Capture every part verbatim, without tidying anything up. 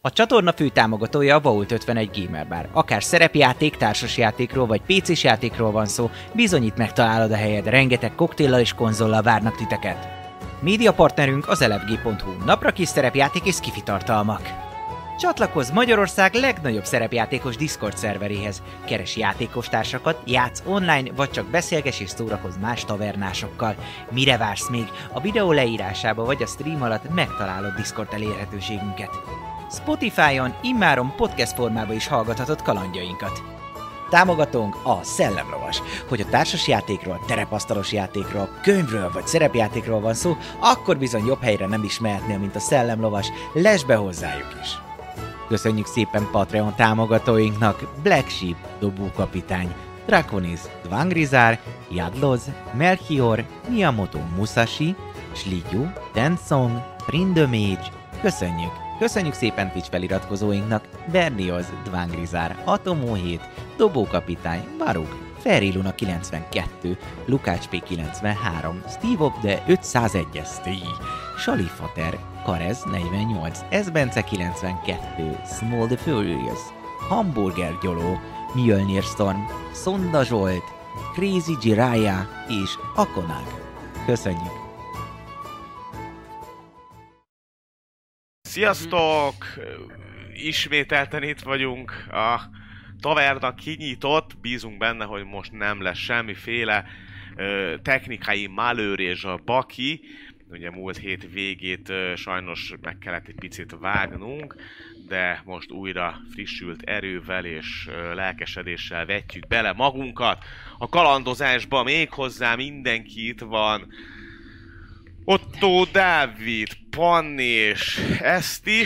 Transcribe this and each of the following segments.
A csatorna fő támogatója a Vault ötvenegy Gamer Bar. Akár szerepjáték, társasjátékról vagy pé cés játékról van szó, bizonyít megtalálod a helyed, rengeteg koktéllal és konzollal várnak titeket. Média partnerünk az elefg pont hu, napra kis szerepjáték és skifi tartalmak. Csatlakozz Magyarország legnagyobb szerepjátékos Discord szerveréhez. Keres játékostársakat, játsz online, vagy csak beszélges és szórakozz más tavernásokkal. Mire vársz még? A videó leírásába vagy a stream alatt megtalálod Discord elérhetőségünket. Spotify-on immáron podcast formában is hallgathatod kalandjainkat. Támogatónk a Szellemlovas. Hogy a társasjátékról, terepasztalos játékról, könyvről vagy szerepjátékról van szó, akkor bizony jobb helyre nem is mehetnél, mint a Szellemlovas. Lesz be hozzájuk is! Köszönjük szépen Patreon támogatóinknak: Black Sheep, Dobókapitány, Draconis, Dvangrizár, Jadloz, Melchior, Miyamoto Musashi, Slidyu, Tensong, Trindamage. Köszönjük! Köszönjük szépen Twitch feliratkozóinknak: Bernioz, Dvangrizár, Atomó hét, Dobókapitány, Baruk, Feriluna kilencvenkettő, Lukács P kilencvenhárom, Steve Obde ötszázegy es té, Salifater, Karez negyvennyolc, Esbence kilencvenkettő, Small the Furious, Hamburger Gyoló, Mjölnir Storm, Szonda Zsolt, Crazy Jiraya és Akonag. Köszönjük! Sziasztok! Ismételten itt vagyunk, a taverna kinyitott, bízunk benne, hogy most nem lesz semmiféle ö, technikai malőr és a baki. Ugye múlt hét végét ö, sajnos meg kellett egy picit vágnunk, de most újra frissült erővel és ö, lelkesedéssel vetjük bele magunkat a kalandozásba, méghozzá mindenki itt van. Otto, Dávid, Panni és Eszti.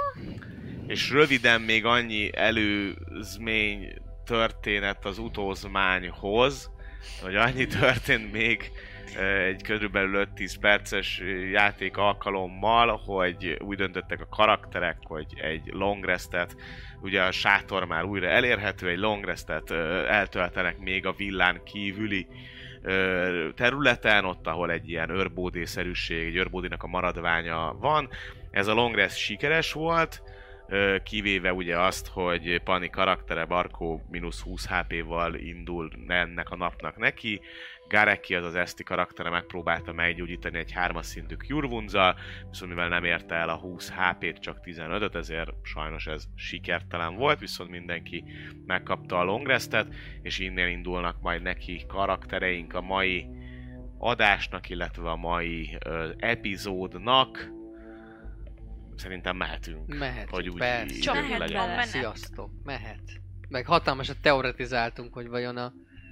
És röviden még annyi előzmény történet az utózmányhoz, hogy annyi történt még egy körülbelül öt-tíz perces játék alkalommal, hogy úgy döntöttek a karakterek, hogy egy long restet, ugye a sátor már újra elérhető, egy long restet eltöltenek még a villán kívüli területen, ott, ahol egy ilyen őrbódészerűség, egy őrbódénak a maradványa van. Ez a long rest sikeres volt, kivéve ugye azt, hogy Pani karaktere Barkó mínusz húsz há pé-val indul ennek a napnak neki. Gareki, az az Eszti karaktere megpróbálta meggyógyítani egy hármas szintű Cure Wounds-zal, viszont mivel nem érte el a húsz há pét, csak tizenötöt, ezért sajnos ez sikertelen volt, viszont mindenki megkapta a long restet, és innen indulnak majd neki karaktereink a mai adásnak, illetve a mai ö, epizódnak. Szerintem mehetünk. Mehetünk, hogy úgy persze. Csak mehet legyen. bele. Sziasztok, mehet. Meg hatalmasat teoretizáltunk, hogy vajon a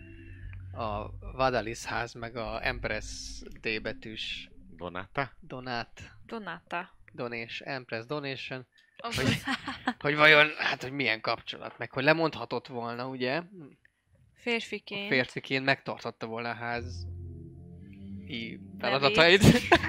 a Vadalis ház, meg a Empress D betűs Donata? Donát, Donata. Donés, Empress Donation, Oh. hogy, hogy vajon, hát hogy milyen kapcsolat, meg hogy lemondhatott volna, ugye? Férfiként. Férfiként megtarthatta volna a ház i feladatait.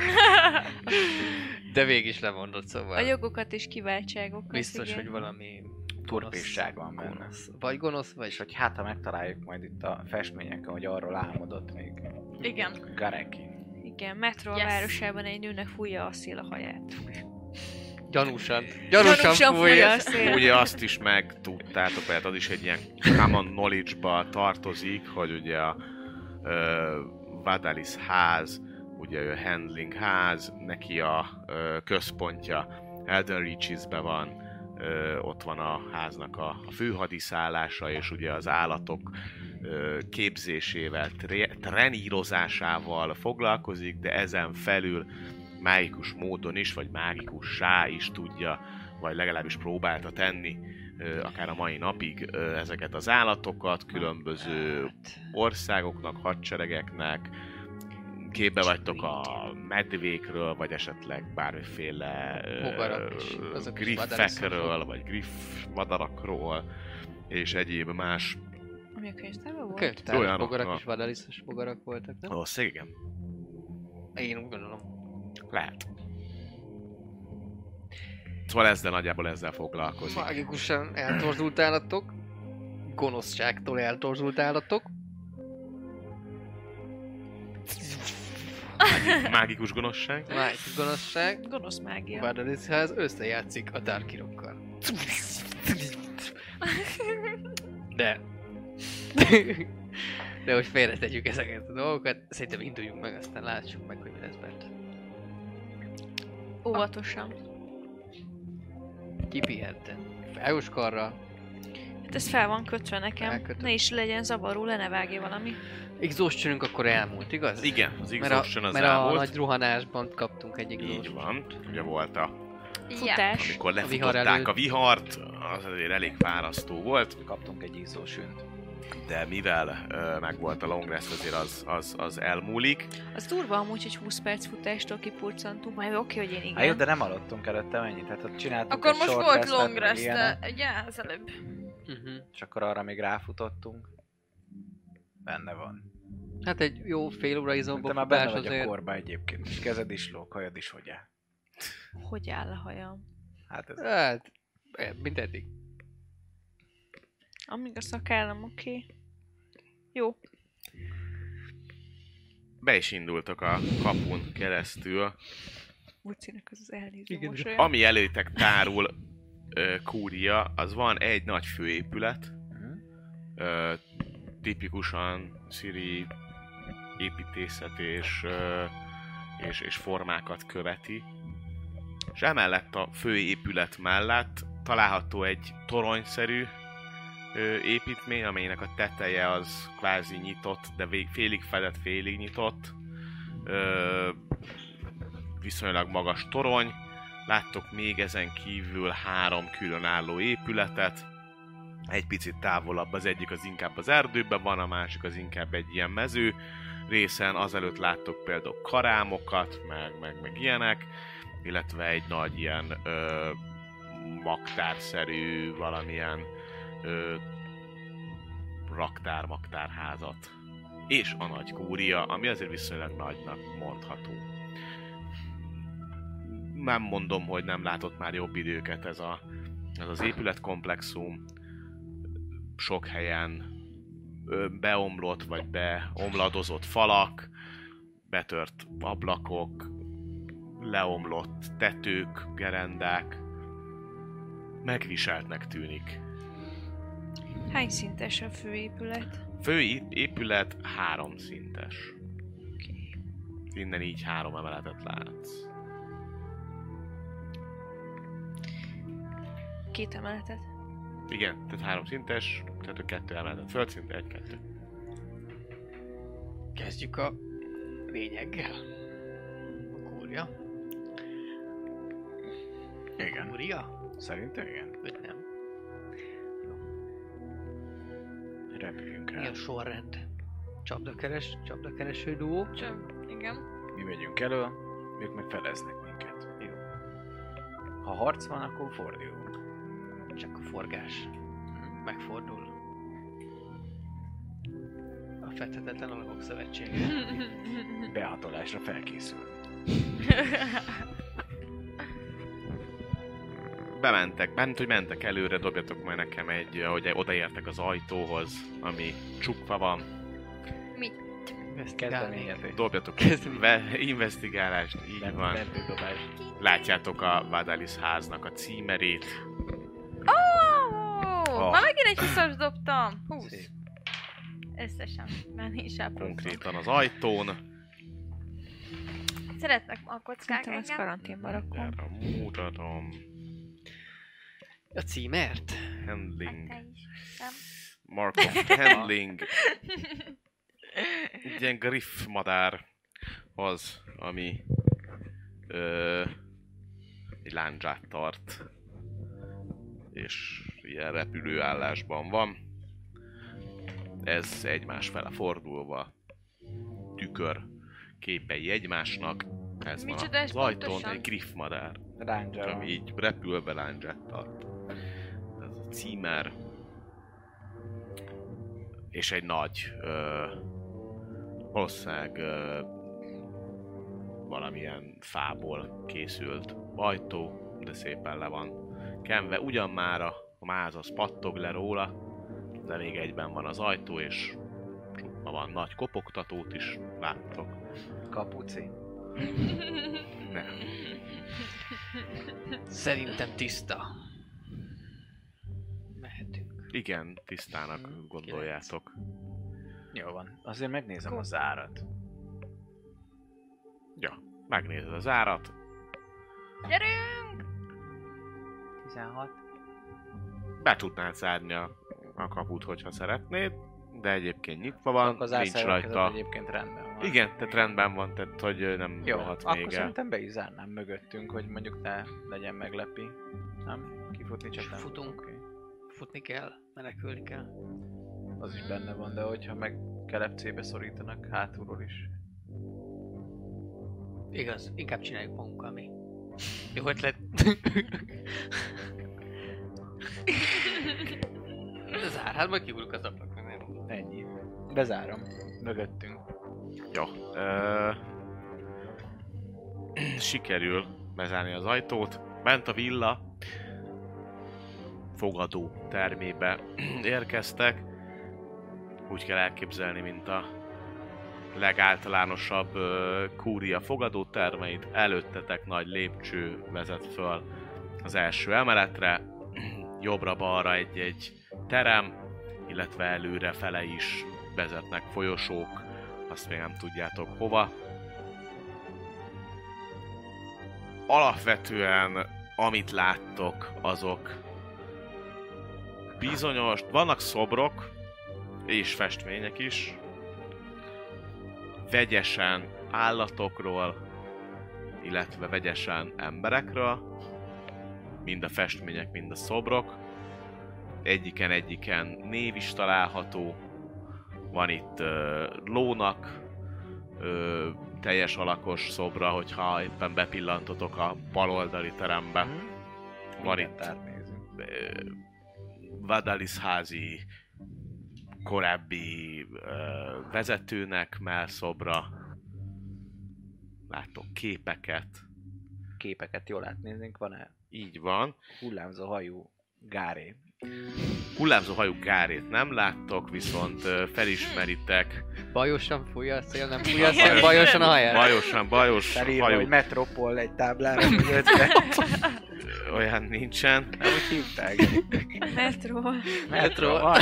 De végig is lemondott, szóval. A jogokat és kiváltságokat. Biztos, igen. hogy valami turpisság van benne. Gonosz. Vagy gonosz, vagy... És hogy hát, ha megtaláljuk majd itt a festményeken, hogy arról álmodott még Igen. Gareki. Igen, Metro Yes. városában egy nőnek fújja a szél a haját. Gyanúsan. Gyanúsan Gyanúsan fújja a fújja. szél. Ugye azt is megtudtátok, mert az is egy ilyen common knowledge-ba tartozik, hogy ugye a uh, Vadalis ház, ugye a handling ház, neki a uh, központja Elden Reaches-be van, uh, ott van a háznak a, a főhadiszállása, és ugye az állatok uh, képzésével, tre- trenírozásával foglalkozik, de ezen felül mágikus módon is, vagy mágikussá is tudja, vagy legalábbis próbálta tenni, akár a mai napig ezeket az állatokat, különböző országoknak, hadseregeknek, képbe vagytok a medvékről, vagy esetleg bármiféle griffekről, vagy griff madarakról, és egyéb más. Ami a könyvtárban volt? Könyvtáros Olyanok, bogarak na. és vadaliszos bogarak voltak, nem? Valószínűleg igen. Én úgy gondolom. Lehet. Szóval ezzel nagyjából ezzel foglalkozik. Mágikusan eltorzult állatok, gonoszságtól eltorzult állatok. Mági- Mágikus gonoszság. Mágikus gonoszság. Gonosz mágia. Vadaliszház összejátszik a Darkirokkal. De... De hogy félretegyük ezeket a dolgokat, szerintem induljunk meg, aztán lássuk meg, hogy mi lesz bent. Óvatosan. Kipihenten. Feljós karra. Hát ez fel van kötve nekem. Elkötött. Ne is legyen zavaró, le ne vágja valami. Exhaustionünk akkor elmúlt, igaz? Igen, az Mert exhaustion a, az mert elmúlt. a nagy rohanásban kaptunk egy exhaustion. Így van. Ugye volt a... Futás. Amikor vihar lefutották előtt. a vihart, az azért elég fárasztó volt. Kaptunk egy izzósűnt. De mivel uh, meg volt a long rest, azért az, az, az elmúlik. Az durva amúgy, hogy húsz perc futástól kipurcantunk. Majd oké, hogy én igen. Hát jó, de nem aludtunk előtte mennyit, tehát ott csináltunk Akkor egy most short volt restet, long meg rest, ilyenek, de ugye az előbb. Uh-huh. és akkor arra még ráfutottunk. Benne van. Hát egy jó fél óra Te izomba már benne futás vagy a azért. korba egyébként, és kezed is lóg, hajad is hogy áll. Hogy áll a hajam? Hát ez... Hát, eh, mint eddig. Amíg a szakállam, oké. Okay. Jó. Be is indultak a kapun keresztül. Bucinak az az elnéző Igen. mosolya. Ami előttek tárul ö, Kúria, az van egy nagy főépület. Mhm. Ö, tipikusan szíri építészet és, ö, és, és formákat követi. És emellett a főépület mellett található egy toronyszerű ö, építmény, amelynek a teteje az kvázi nyitott, de vég, félig fedett, félig nyitott. Ö, viszonylag magas torony. Láttok még ezen kívül három különálló épületet. Egy picit távolabb, az egyik az inkább az erdőben van, a másik az inkább egy ilyen mező részen. Azelőtt láttok például karámokat, meg, meg, meg ilyenek, illetve egy nagy ilyen ö, magtárszerű, valamilyen ö, raktár-maktárházat. És a nagy kúria, ami azért viszonylag nagynak mondható. Nem mondom, hogy nem látott már jobb időket ez, a, ez az épületkomplexum. Sok helyen ö, beomlott vagy beomladozott falak, betört ablakok, leomlott tetők, gerendák. Megviseltnek tűnik. Hány szintes a főépület? Fő épület három szintes. Innen így három emeletet látsz. Két emeletet. Igen, tehát három szintes, tehát a kettő emeletet. Földszint, egy-kettő. Kezdjük a lényeggel. A kúria. Igen. Kúria? Szerintem igen. Vagy nem? Repüljünk Mi el. a sorrend? Csapdakeres, csapdakereső duó. Csak, igen. Mi megyünk elő, ők meg feleznek minket. Jó. Ha harc van, akkor forduljunk. Csak a forgás. Megfordul. A Fethetetlen Alakok Szövetsége. Behatolásra felkészül. Bementek, bent, hogy mentek előre, dobjatok majd nekem egy, ahogy odaértek az ajtóhoz, ami csukva van. Kezdeményezés. Dobjatok Kezdem. egy ve- investigálást, így van. Verdődobás. Látjátok a Vadalis háznak a címerét. Oh, Ah. már megint egy huszas dobtam. húsz. Szép. Összesen. Már is elpróbálom. Konkrétan az ajtón. Szeretnek ma a kockák Szerintem ez engem. karanténban rakom. Erre mutatom. A címert? Handling. Hát te is. Nem? Mark of Handling. Egy ilyen griff madár az, ami ö, egy lándzsát tart. És ilyen repülő állásban van. Ez egymás fele fordulva. Tükör képei egymásnak. Ez van Micsoda ez az ajtón, pontosan? egy griff madár. Rángyal Ami van. így repülve lándzsát tart. Ez a címer. És egy nagy, ö, valószínűleg ö, valamilyen fából készült ajtó, de szépen le van kenve. Ugyan már a, a máz az pattog le róla, de még egyben van az ajtó, és csukva van. Nagy kopogtatót is láttok. Kapuci. Nem. Szerintem tiszta. Igen, tisztának Hmm, gondoljátok. Jó van. Azért megnézem az árat. Ja, megnézed az árat. Gyerünk! tizenhat. Be tudnád zárni a, a kaput, hogyha szeretnéd, de egyébként nyitva van, Az nincs árszervekezet rajta. egyébként rendben van. Igen, tehát rendben van, tehát hogy nem Jó, rohadt akkor még el. szerintem be is zárnám mögöttünk, hogy mondjuk ne legyen meglepi. Nem? Kifutni csak És nem futunk. Oké. Futni kell, menekülni kell. Az is benne van, de hogyha meg kelepcébe szorítanak hátulról is. Igaz, inkább csináljuk magunkkal mi. Jó ötlet. Zár, hát majd kiugrunk az ablakon, nem? Ennyi. Bezárom. Mögöttünk. Jó. Ö... Sikerül bezárni az ajtót. Bent a villa fogadó termébe érkeztek. Úgy kell elképzelni, mint a legáltalánosabb ö, kúria fogadótermeit. Előttetek nagy lépcső vezet föl az első emeletre. Jobbra-balra egy-egy terem, illetve előre fele is vezetnek folyosók. Azt még nem tudjátok hova. Alapvetően, amit láttok, azok bizonyos, vannak szobrok és festmények is, vegyesen állatokról, illetve vegyesen emberekről, mind a festmények, mind a szobrok. Egyiken egyiken név is található, van itt uh, lónak uh, teljes alakos szobra, hogyha éppen bepillantotok a baloldali terembe. Mm-hmm. Van itt nézünk. uh, Vadalis házi korábbi uh, vezetőnek mellszobra. Láttok képeket. Képeket jól átnéznénk, van-e Így van. hullámzó hajú Gáré? Hullámzó hajú Gárét nem láttok, viszont uh, felismeritek. Bajosan fújja a szél, nem fújja a szél, bajosan a haját. Bajosan, bajos Felírva, hajú. hogy Metropol egy táblára mögötte. Olyan nincsen. Nem úgy hívták. Metro. Metro. van.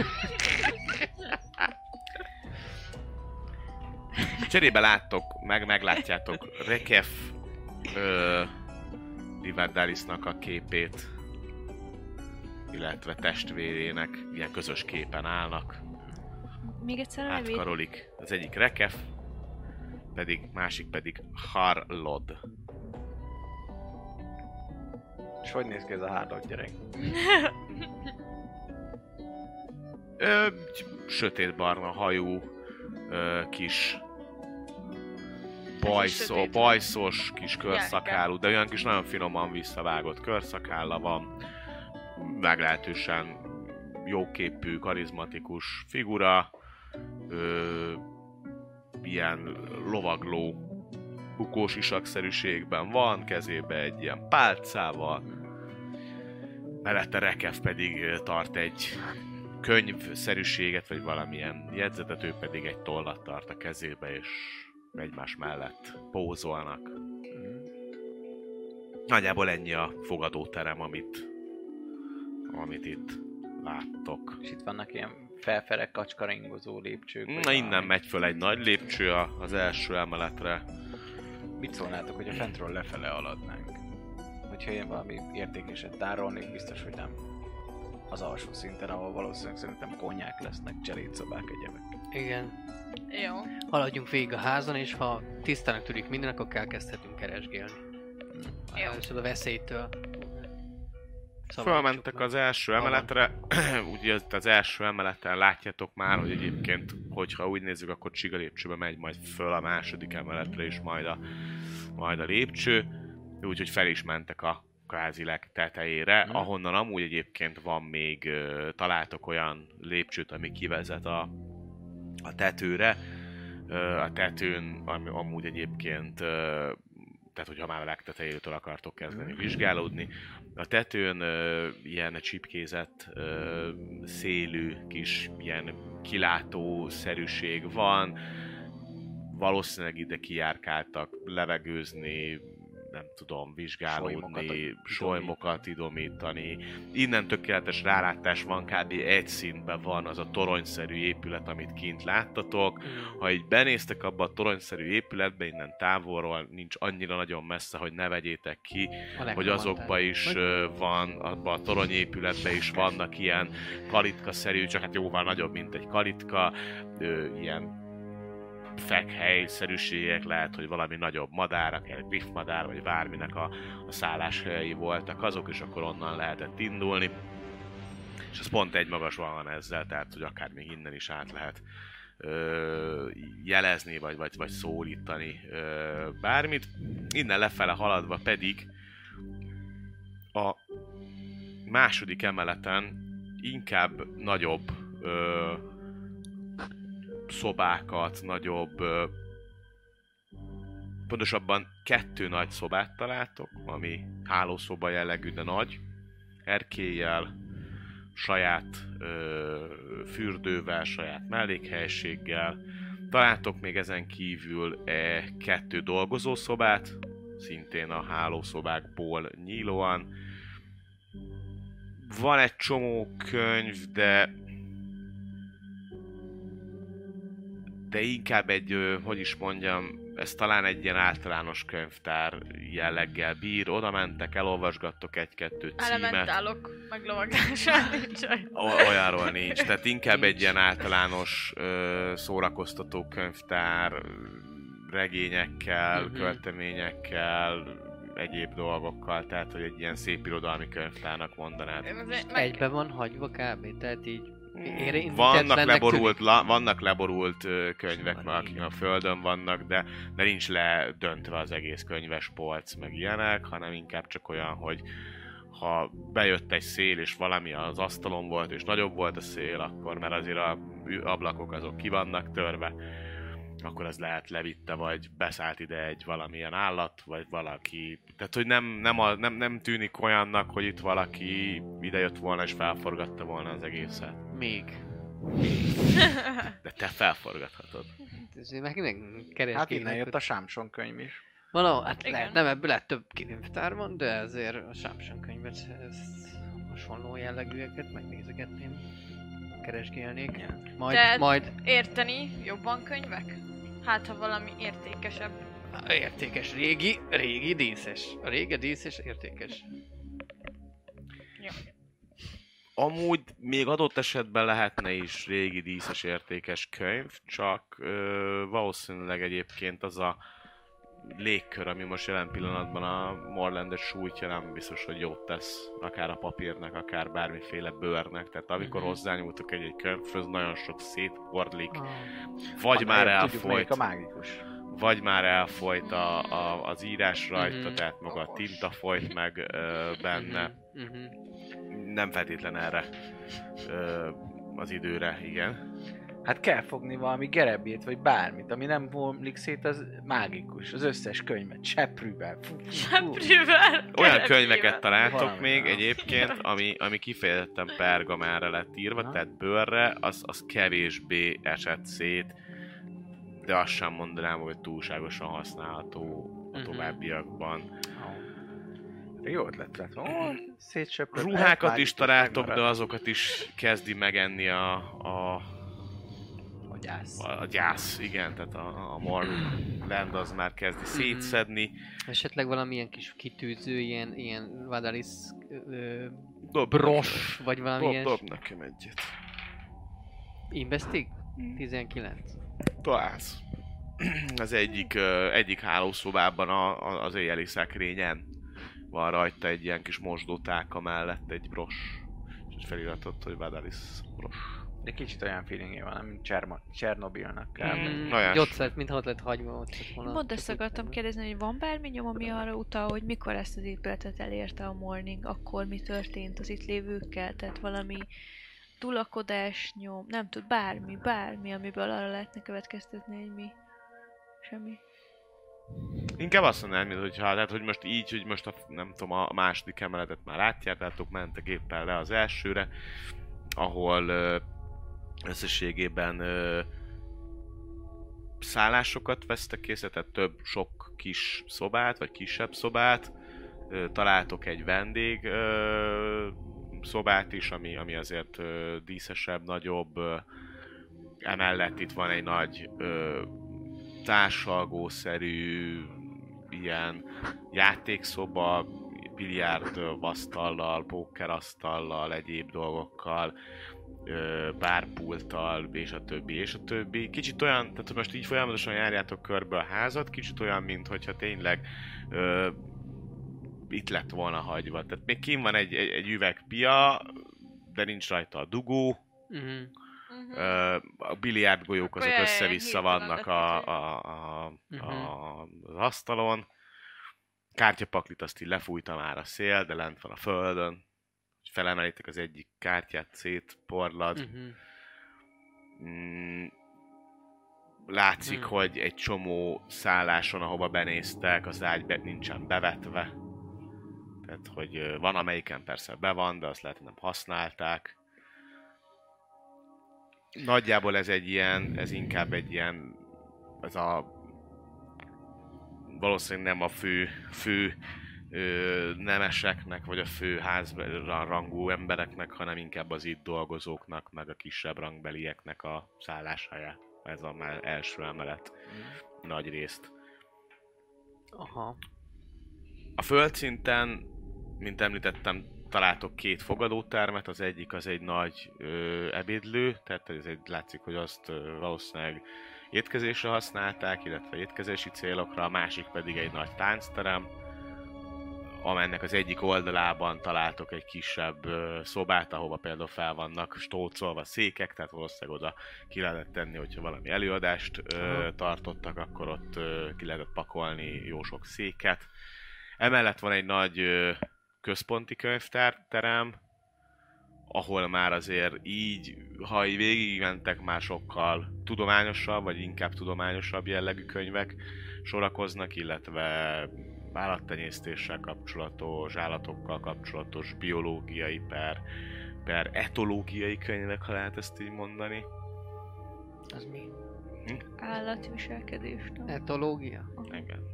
Cserébe láttok, meg meglátjátok Rekef ö, Divardalisnak a képét, illetve testvérének, ilyen közös képen állnak. Még egyszer a nevét. Átkarolik. Az egyik Rekef, pedig másik pedig Harlod. És hogy néz ki ez a hárlott gyerek? Ö, sötétbarna hajú, ö, kis bajszó, sötét. bajszos kis Ja, körszakálú, de olyan kis nagyon finoman visszavágott körszakálla van. Meglehetősen jóképű, karizmatikus figura. Ö, ilyen lovagló, bukós isakszerűségben van, kezébe egy ilyen pálcával. Mellette Rekef pedig ö, tart egy könyvszerűséget, vagy valamilyen jegyzetet, ő pedig egy tollat tart a kezébe, és egymás mellett pózolnak. Nagyjából ennyi a fogadóterem, amit, amit itt láttok. És itt vannak ilyen felfele kacskaringozó lépcsők. vagy Na, valami. innen megy föl egy nagy lépcső a- az első emeletre. Mit szólnátok, hogyha fentről lefele aladnánk? Hogyha én valami értékeset tárolnék, biztos, hogy nem az alsó szinten, ahol valószínűleg szerintem konyák lesznek, cselédszobák, egyebek. Igen. Jó. Haladjunk végig a házon, és ha tisztának tűnik minden, akkor elkezdhetünk keresgélni. Jó. Először a veszélytől. Fölmentek az első emeletre, ugye az- az első emeleten látjátok már, hogy egyébként, hogyha úgy nézzük, akkor csiga lépcsőbe megy majd föl a második emeletre is majd a, majd a lépcső, úgyhogy fel is mentek a kvázi legtetejére, Mhm. ahonnan amúgy egyébként van még, ö, találtok olyan lépcsőt, ami kivezet a, a tetőre. Ö, A tetőn ami amúgy egyébként, ö, tehát hogyha már a legtetejétől akartok kezdeni vizsgálódni, a tetőn ö, ilyen csipkézett ö, szélű kis ilyen kilátó-szerűség van. Valószínűleg ide kijárkáltak levegőzni, nem tudom, vizsgálódni, Solymokat solymokat idomítani. Innen tökéletes rálátás van, kb. Egy szintben van az a toronyszerű épület, amit kint láttatok. Ha így benéztek abba a toronyszerű épületbe, innen távolról nincs annyira nagyon messze, hogy ne vegyétek ki, hogy azokba is ö, van, abban a toronyépületben is vannak ilyen kalitka-szerű, csak hát jóval nagyobb, mint egy kalitka, ö, ilyen fekhelyszerűségek, lehet, hogy valami nagyobb madár, akár egy griffmadár, vagy bárminek a, a szálláshelyi voltak azok, és akkor onnan lehetett indulni. És ez pont egy magasban van ezzel, tehát hogy akár még innen is át lehet ö, jelezni, vagy, vagy, vagy szólítani ö, bármit. Innen lefele haladva pedig a második emeleten inkább nagyobb ö, szobákat, nagyobb, ö, pontosabban kettő nagy szobát találtok, ami hálószoba jellegű, de nagy, erkéllyel, saját ö, fürdővel, saját mellékhelyiséggel. Találtok még ezen kívül e, kettő dolgozószobát, szintén a hálószobákból nyílóan. Van egy csomó könyv, de de inkább egy, ö, hogy is mondjam, ez talán egy ilyen általános könyvtár jelleggel bír. Oda mentek, elolvasgattok egy-kettő címet. Elementálok, meg lovaglásán nincs olyan. O- olyanról nincs, tehát inkább egy ilyen általános ö, szórakoztató könyvtár, regényekkel, Mhm. költeményekkel, egyéb dolgokkal, tehát hogy egy ilyen szép irodalmi könyvtárnak mondanád. Meg- Egybe van hagyva kb. Tehát így Vannak érintetlennek leborult, tűnik. la, vannak leborult ö, könyvek, Van meg akik ilyen. a földön vannak, de, de nincs ledöntve az egész könyves polc, meg ilyenek, hanem inkább csak olyan, hogy ha bejött egy szél, és valami az asztalon volt, és nagyobb volt a szél, akkor mert azért a ü- ablakok azok ki vannak törve, akkor az lehet levitte, vagy beszállt ide egy valamilyen állat, vagy valaki. Tehát, hogy nem, nem, a, nem, nem tűnik olyannak, hogy itt valaki idejött volna és felforgatta volna az egészet. Még. De te felforgathatod. Ez meg meg keresgélnek. Hát innen jött a Sámson könyv is. Valahol, hát Igen. lehet, nem ebből lehet több könyvtár van, de ezért a Sámson könyvet, ezt hasonló jellegűeket megnézegetném. Keresgélnék. Majd, De- majd Érteni jobban könyvek? Hát, ha valami értékesebb. értékes, régi, régi díszes. A régi díszes, értékes. Amúgy még adott esetben lehetne is régi díszes értékes könyv, csak ö, valószínűleg egyébként az a légkör, ami most jelen pillanatban a Morlandet sújtja, nem biztos, hogy jót tesz akár a papírnak, akár bármiféle bőrnek. Tehát amikor Mhm. hozzányúltok egy-egy könyvhöz, nagyon sok szétporlik, Ah. vagy már Na, tudjuk, elfolyt, melyik a mágikus. vagy már elfolyt a, a, az írás rajta, Mhm. tehát maga a tinta folyt meg ö, benne. Mhm, mhm. Nem feltétlen erre ö, az időre, igen. Hát kell fogni valami gerebét, vagy bármit, ami nem bomlik szét, az mágikus. Az összes könyvet, seprűvel. Fú, fú, fú. Seprűvel. Olyan keretével. könyveket találtok Valami, még ja. egyébként, ami, ami kifejezetten pergamára lett írva, Aha. tehát bőrre, az, az kevésbé esett szét, de azt sem mondanám, hogy túlságosan használható a Mhm. továbbiakban. De jó ötlet lett. Ó, szétsöpört. Ruhákat is mágikus találtok, de megmaradt. azokat is kezdi megenni a, a, A gyász. a gyász, igen, tehát a, a Morland az már kezdi szétszedni. Esetleg valamilyen kis kitűző, ilyen, ilyen Vadalis ö, Dob, bros, vagy valami dob, ilyen... dob nekem egyet. Investig? tizenkilenc. Találsz. Az egyik, ö, egyik hálószobában a, a, az éjjeli szekrényen van rajta egy ilyen kis mosdótálka mellett egy bros. És egy feliratot, hogy Vadalis bros. De kicsit olyan feelingé van, mint Cserma- Csernobilnak kell. Mm. Mm, Olyas. ott lett, mintha ott lett hagyva ott lett volna. Mondd, ezt akartam kérdezni, hogy van bármi nyom, ami arra utal, hogy mikor ezt az épületet elérte a Morning, akkor mi történt az itt lévőkkel, tehát valami tulakodás nyom, nem tud, bármi, bármi, amiből arra lehetne következtetni, hogy mi. Semmi. Inkább azt mondanám, mint hogyha, tehát hogy most így, hogy most a, nem tudom, a második emeletet már átjártátok, mentek éppen le az elsőre, ahol ö, összességében ö, szállásokat vesztek készre, tehát több, sok kis szobát, vagy kisebb szobát, találtok egy vendég szobát is, ami, ami azért díszesebb, nagyobb. Emellett itt van egy nagy társalgószerű ilyen játékszoba, biliárd asztallal, pókerasztallal, egyéb dolgokkal, bárpulttal, és a többi, és a többi. Kicsit olyan, tehát most így folyamatosan járjátok körbe a házat, kicsit olyan, mintha tényleg ö, itt lett volna hagyva. Tehát még kín van egy, egy, egy üveg pia, de nincs rajta a dugó. Uh-huh. Ö, a biliárd golyók azok Akkor össze-vissza hirtelen vannak lett a, így, a, a, Mhm. a, az asztalon. Kártyapaklit azt így lefújta már a szél, de lent van a földön. Felemelitek az egyik kártyát, szétporlad. Uh-huh. Mm, látszik, Hmm. hogy egy csomó szálláson, ahova benéztek, az ágy be, nincsen bevetve. Tehát, hogy ö, van amelyiken persze be van, de azt lehet, hogy nem használták. Nagyjából ez egy ilyen, ez inkább egy ilyen, ez a valószínűleg nem a fő, fő ö, nemeseknek, vagy a fő házrangú embereknek, hanem inkább az itt dolgozóknak, meg a kisebb rangbelieknek a szálláshelyet. Ez a már első emelet nagy részt. Aha. A földszinten, mint említettem, találtok két fogadótermet, az egyik az egy nagy ö, ebédlő, tehát ez egy, látszik, hogy azt ö, valószínűleg étkezésre használták, illetve étkezési célokra, a másik pedig egy nagy táncterem, amennek az egyik oldalában találtok egy kisebb ö, szobát, ahova például fel vannak stócolva székek, tehát valószínűleg oda ki lehetett tenni, hogyha valami előadást ö, tartottak, akkor ott ö, ki lehetett pakolni jó sok széket. Emellett van egy nagy ö, központi könyvtárterem, ahol már azért így, ha így végigmentek, már sokkal tudományosabb, vagy inkább tudományosabb jellegű könyvek sorakoznak, illetve állattenyésztéssel kapcsolatos, állatokkal kapcsolatos biológiai per, per etológiai könyvek, ha lehet ezt így mondani. Az mi? Állatviselkedést. Etológia? Igen.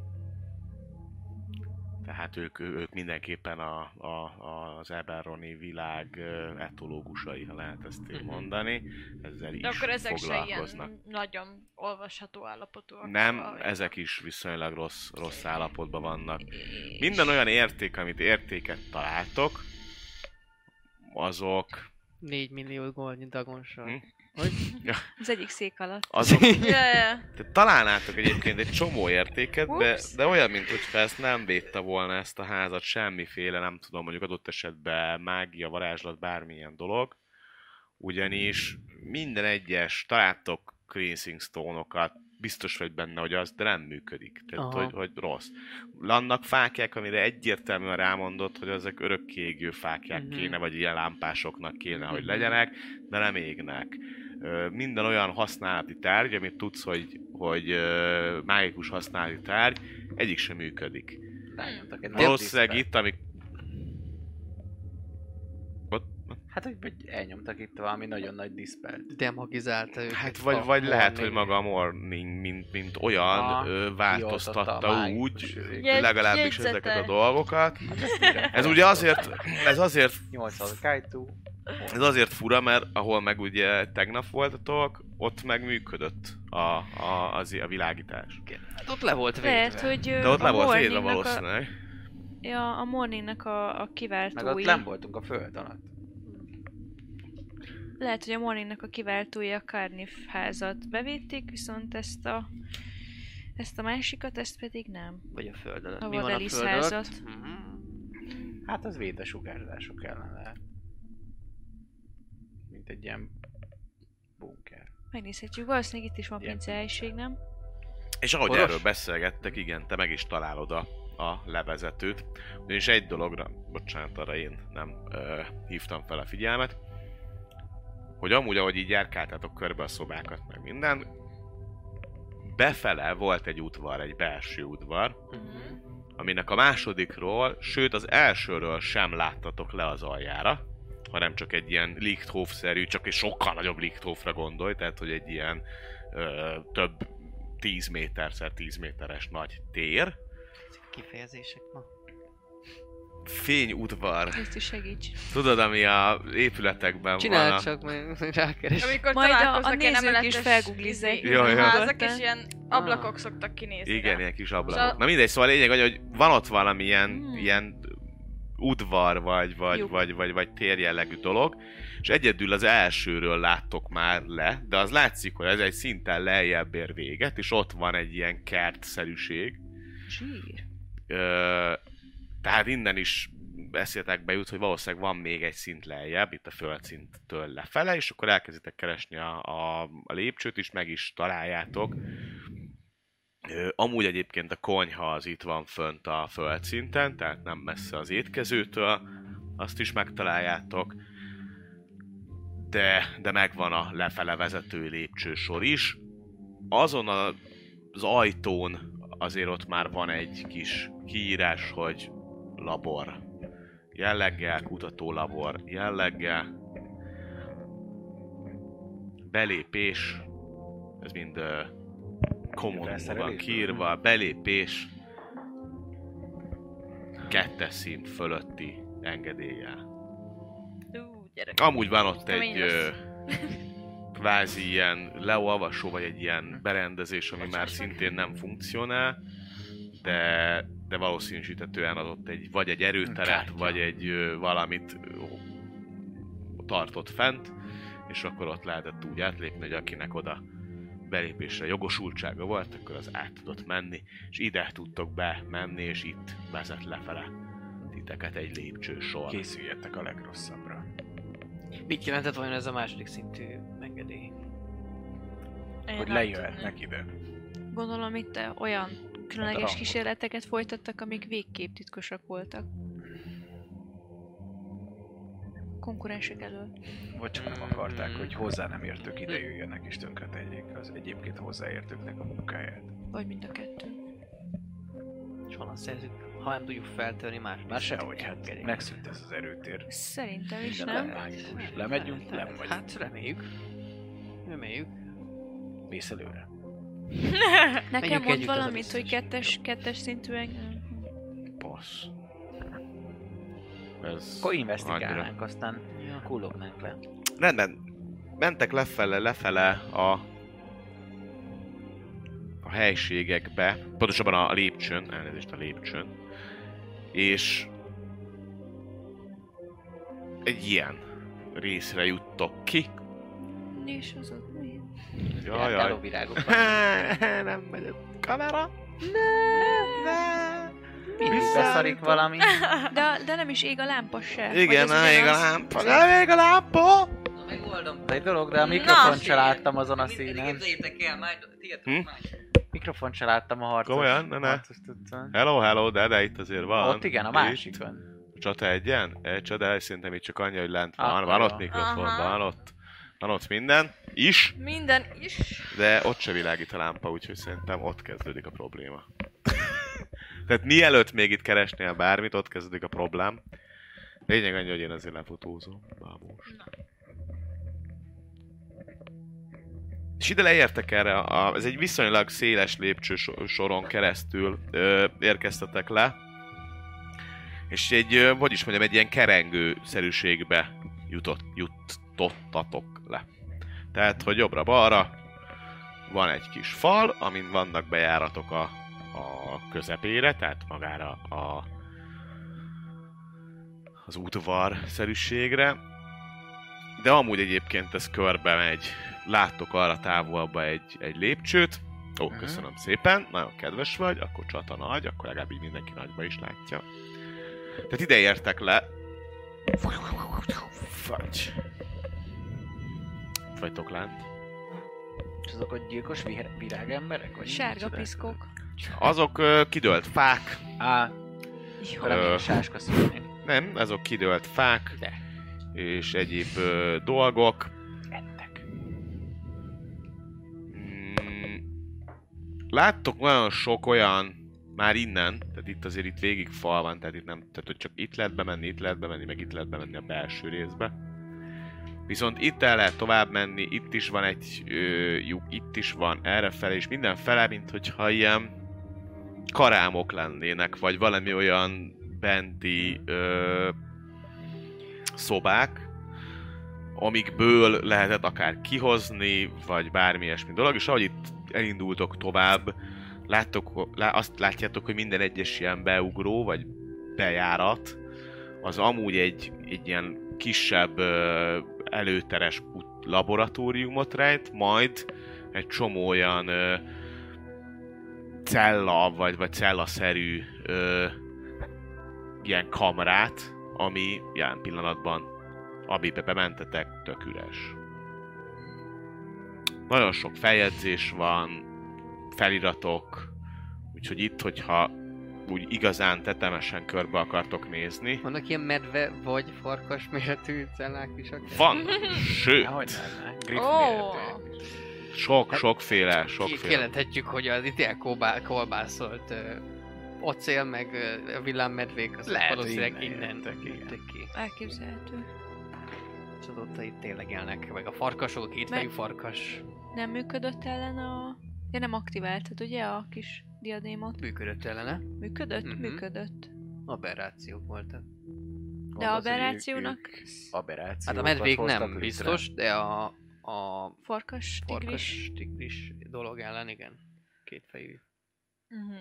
Tehát ők, ők mindenképpen a, a, az Eberroni világ ö, etológusai, ha lehet ezt így Mhm. mondani. Ezzel De is akkor ezek se foglalkoznak. ilyen nagyon olvasható állapotúak. Nem, szóval- ezek is viszonylag rossz, rossz állapotban vannak. Minden olyan érték, amit értéket találtok, azok... négy millió gólnyi dagonsor. Hm? Az egyik szék alatt. azok Ja, ja. te találnátok egyébként egy csomó értéket, de, Ups. de olyan, mintha ezt nem védte volna ezt a házat semmiféle, nem tudom, mondjuk adott esetben mágia, varázslat, bármilyen dolog. Ugyanis minden egyes, találtok cleansing stone-okat, biztos vagy benne, hogy az, de nem működik. Tehát, Aha. hogy, hogy rossz. Vannak fákják, amire egyértelműen rámondott, hogy ezek örökké égő fákják Mhm. kéne, vagy ilyen lámpásoknak kéne, hogy Mhm. legyenek, de nem égnek. Ö, Minden olyan használati tárgy, amit tudsz, hogy, hogy ö, mágikus használati tárgy, egyik sem működik. Rányomtak egy Valószínűleg diszpelt. itt, amik... Ott- Hát, hogy hogy elnyomtak itt valami nagyon nagy diszpelt. Demagizálta őket. Hát vagy, a vagy lehet, hogy morning. maga a Morning, mint, mint olyan, Aha, ö, kioltotta változtatta a úgy, mágikus izéket. Jegy- legalábbis jegyzete. ezeket a dolgokat. Hát ezt írja. Ez ugye azért, ez azért, nyolcszáz Kaitu. ez azért fura, mert ahol meg ugye tegnap voltatok, ott meg működött a, a, az, a világítás. Hát ott le volt védve. Lehet, hogy ö, De ott a le volt védve Morningnak a, valószínűleg. ja, a Morningnak a, a Meg kiváltói. ott nem voltunk a föld alatt. Lehet, hogy a Morningnak a kiváltói a Carnif házat bevédték, viszont ezt a ezt a másikat, ezt pedig nem. Vagy a föld alatt. A Mi van a Vadalis föld házat. alatt? Mhm. Hát az véd a sugárzások ellen lehet. Mint egy ilyen bunker. Megnézhetjük, valószínűleg itt is van Ilyen pincehelyiség, nem? És ahogy Boros? erről beszélgettek, igen, te meg is találod a, a levezetőt. Ugyanis egy dologra, bocsánat, arra én nem ö, hívtam fel a figyelmet, hogy amúgy, ahogy így járkáltátok körbe a szobákat, meg minden, befele volt egy udvar, egy belső udvar, Mhm. aminek a másodikról, sőt az elsőről sem láttatok le az aljára, hanem csak egy ilyen Lichthof-szerű, csak egy sokkal nagyobb Lichthofra gondolj, tehát hogy egy ilyen ö, több tíz méterszer tíz méteres nagy tér. Kifejezések ma. Fényudvar. Ezt is segíts. Tudod, ami a épületekben Csináld van a... csak, majd rákeres. Amikor Majd a- a találkoznak ilyen nézők is emeletes felgooglizzák. izé, Jó, jó. házak, és ilyen ablakok szoktak kinézni. Igen, rá. ilyen kis ablakok. Szóval- Na mindegy, szóval a lényeg, hogy van ott valami ilyen, Hmm. ilyen udvar, vagy, vagy, Lyuk. vagy, vagy, vagy térjellegű dolog, és egyedül az elsőről láttok már le, de az látszik, hogy ez egy szinten lejjebb ér véget, és ott van egy ilyen kertszerűség. Zsír. Ö, tehát innen is eszéletekbe jut, hogy valószínűleg van még egy szint lejjebb, itt a földszinttől lefele, és akkor elkezditek keresni a, a, a lépcsőt, és meg is találjátok. Ö, amúgy egyébként a konyha az itt van fönt a földszinten, tehát nem messze az étkezőtől, azt is megtaláljátok. De, de megvan a lefele vezető lépcsősor is. Azon a, az ajtón azért ott már van egy kis kiírás, hogy labor jelleggel, kutatólabor jelleggel. Belépés, ez mind uh, kommunul van Felszerelés? kiírva, belépés kettes szint fölötti engedéllyel. Ú, gyerek. Amúgy van ott Kemény egy lesz. ö, kvázi ilyen leolvasó, vagy egy ilyen berendezés, ami már szintén nem funkcionál, de, de valószínűsítetően adott egy, vagy egy erőteret, Kártya. vagy egy ö, valamit ö, tartott fent, és akkor ott lehetett úgy átlépni, hogy akinek oda belépésre jogosultsága volt, akkor az át tudott menni, és ide tudtok bemenni, és itt vezet lefele titeket egy lépcsősor. Készüljetek a legrosszabbra. Mit jelentett vajon ez a második szintű engedély? Én Hogy nem lejöhetnek ide. Gondolom itt eh, olyan különleges rangot. kísérleteket folytattak, amik végképp titkosak voltak. Konkurensek elől. Vagy csak nem akarták, hogy hozzá nem értők ide jöjjenek és tönkretegyék az egyébként hozzáértőknek a munkáját. Vagy mind a kettő. És honnan szerzünk? Ha nem tudjuk feltörni más. Már sehogy, hát megszűnt ez az erőtér. Szerintem is, Minden nem? lemágikus. Lemegyünk, nem vagyunk. Hát reméljük. Reméljük. Mész előre. Nekem Menjünk mond együtt, az a valamit, biztos. hogy kettes, kettes szintűen... Passz. Ez Akkor investigálnánk, aztán kullognánk le. Rendben. Mentek lefele, lefele a a helységekbe, pontosabban a lépcsőn, elnézést a lépcsőn, és egy ilyen részre juttok ki. És az ott mi? Jaj, Járkáló jaj. virágok. Nem megy a kamera. Mindig beszarik valami. De, de nem is ég a lámpa se. Vagy Igen, az nem ég a ugyanaz? lámpa, nem ég a lámpa! Na, megoldom. Egy dolog, de a mikrofont se Na, láttam azon a színen. Képzeljétek el, majd tiétek Hm? már. Mikrofont se láttam a harcos. Komolyan? Ne, ne. harcos tudcán. Hello, hello, de, de itt azért van. Ott igen, a Itt. másikon. A csata egyen? Egy csata, szerintem itt csak annyi, hogy lent van. Akkor Van ott jó. mikrofon, Aha. van ott. Van ott minden. Is. Minden is. De ott se világít a lámpa, úgyhogy szerintem ott kezdődik a probléma. Tehát mielőtt még itt keresnél bármit, ott kezdődik a problém. Lényeg annyi, hogy én azért lefotózom. Bámos. És ide leértek erre, a, ez egy viszonylag széles lépcső so- soron keresztül ö, érkeztetek le. És egy, ö, hogy is mondjam, egy ilyen kerengő-szerűségbe jutott, jutottatok le. Tehát, hogy jobbra-balra van egy kis fal, amin vannak bejáratok a, a közepére, tehát magára a, az udvar-szerűségre. De amúgy egyébként ez körbe megy. Láttok arra távolba egy, egy lépcsőt. Ó, köszönöm szépen, nagyon kedves vagy, akkor csata nagy, akkor legalább így mindenki nagyba is látja. Tehát ide értek le. Fagy. Fagytok lent. És azok ott gyilkos vir- virágemberek? Vagy Sárga micsoda? piszkok. Azok ö, kidőlt fák. Á, Jó. Ö. remény sáska szülni. Nem, azok kidőlt fák. De. És egyéb ö, dolgok. Ettek. Mm, láttok nagyon sok olyan, már innen, tehát itt azért itt végig fal van, tehát itt nem, tehát hogy csak itt lehet bemenni, itt lehet bemenni, meg itt lehet bemenni a belső részbe. Viszont itt el lehet tovább menni, itt is van egy ö, lyuk, itt is van errefele, és mindenfele, mint hogyha ilyen karámok lennének, vagy valami olyan benti ö, szobák, amikből lehetett akár kihozni, vagy bármi ilyesmi dolog, és ahogy itt elindultok tovább, láttok, lá, azt látjátok, hogy minden egyes ilyen beugró, vagy bejárat, az amúgy egy, egy ilyen kisebb ö, előteres laboratóriumot rejt, majd egy csomó olyan ö, cella, vagy, vagy cellaszerű ö, ilyen kamrát, ami jelen pillanatban, amibe bementetek, tök üres. Nagyon sok feljegyzés van, feliratok, úgyhogy itt, hogyha úgy igazán tetemesen körbe akartok nézni. Vannak ilyen medve vagy farkas méretű cellák is akár? Van, sőt, Hogy lenne? Griff Ó. méretű. sok, Hát, sokféle, Ki- sokféle. Kijelenthetjük, hogy az itt elkolbászolt uh, océl, meg uh, villámmedvék, az Lehet, hogy valószínűleg innen innen jöttek, igen. jöttek ki. Elképzelhető. És azóta itt tényleg élnek, meg a farkasok, a kétfejű farkas Nem működött ellen a... Ja, nem aktiváltad, ugye, a kis diadémot? működött ellene. Működött? Mhm. Működött. Aberrációk voltak. De Mondd azt, hogy aberrációnak... ők- ők aberrációkat Hát a medvék hoztak nem létre. biztos, de a, a Farkas, tigris. farkas tigris dolog ellen igen. Kétfejű. Uh-huh.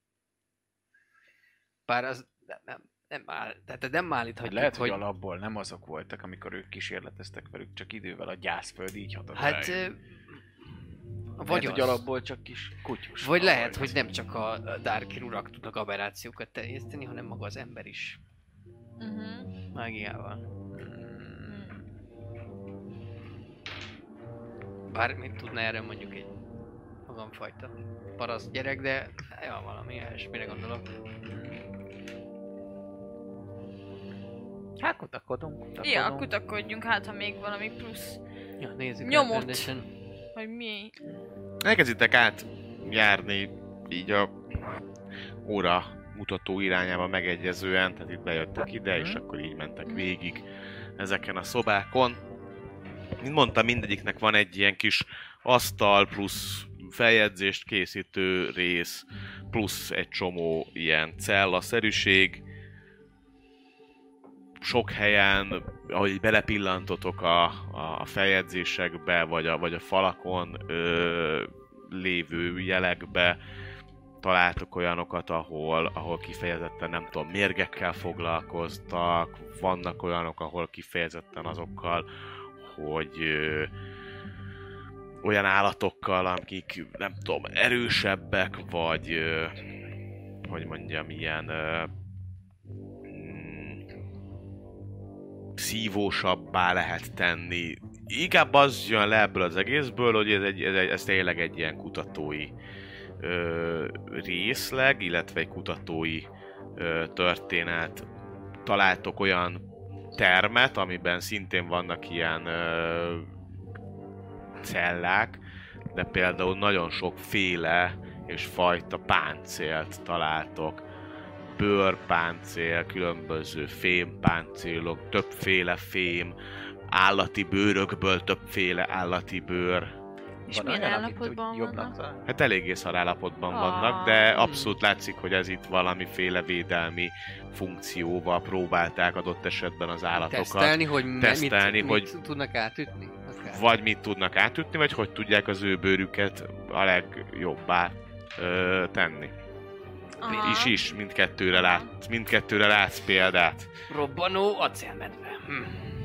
Bár az nem, nem, nem áll, tehát nem Hát állíthatjuk, lehet, hogy, hogy... alapból nem azok voltak, amikor ők kísérleteztek velük, csak idővel a gyászföld így hatott Hát... rájuk. ö, Vagy Vagy lehet, az. hogy alapból csak kis kutyus. Vagy lehet, volt. hogy nem csak a Darkir urak tudnak aberrációkat terjeszteni, hanem maga az ember is. Uh-huh. Mágiával. Bár mit tudna erre mondjuk egy magamfajta paraszt gyerek, de ja, valami ilyesmire gondolok. Hát kutakodunk, kutakodunk. Ja, kutakodjunk, hát ha még valami plusz, Ja, nézzük Nyomot. meg rendesen. hogy mi. Elkezditek át járni így a óra mutató irányába megegyezően, tehát itt bejöttek ide, és akkor így mentek végig ezeken a szobákon. Mint mondtam, mindegyiknek van egy ilyen kis asztal plusz feljegyzést készítő rész, plusz egy csomó ilyen cellaszerűség. Sok helyen, ahogy belepillantotok a, a feljegyzésekbe, vagy a, vagy a falakon ö, lévő jelekbe, találtok olyanokat, ahol, ahol kifejezetten, nem tudom, mérgekkel foglalkoztak, vannak olyanok, ahol kifejezetten azokkal, hogy ö, olyan állatokkal, akik, nem tudom, erősebbek, vagy, ö, hogy mondjam, ilyen ö, szívósabbá lehet tenni. Inkább az jön le ebből az egészből, hogy ez, egy, ez, egy, ez tényleg egy ilyen kutatói ö, részleg, illetve egy kutatói ö, történet. Találtok olyan termet, amiben szintén vannak ilyen ö, cellák, de például nagyon sokféle és fajta páncélt találtok. Bőrpáncél, különböző fémpáncélok, többféle fém, állati bőrökből többféle állati bőr. És Van milyen olyan, amit állapotban úgy jobbnak vannak? talál? Hát eléggé szar állapotban Ah. vannak, de abszolút látszik, hogy ez itt valamiféle védelmi funkcióval próbálták adott esetben az állatokat. Tesztelni, hogy me- Tesztelni, mit, hogy- mit tudnak átütni? Akár. Vagy mit tudnak átütni, vagy hogy tudják az ő bőrüket a legjobbá ö, tenni. Aha. Is is, mindkettőre, lát, mindkettőre látsz példát. Robbanó acélmedve. Hm.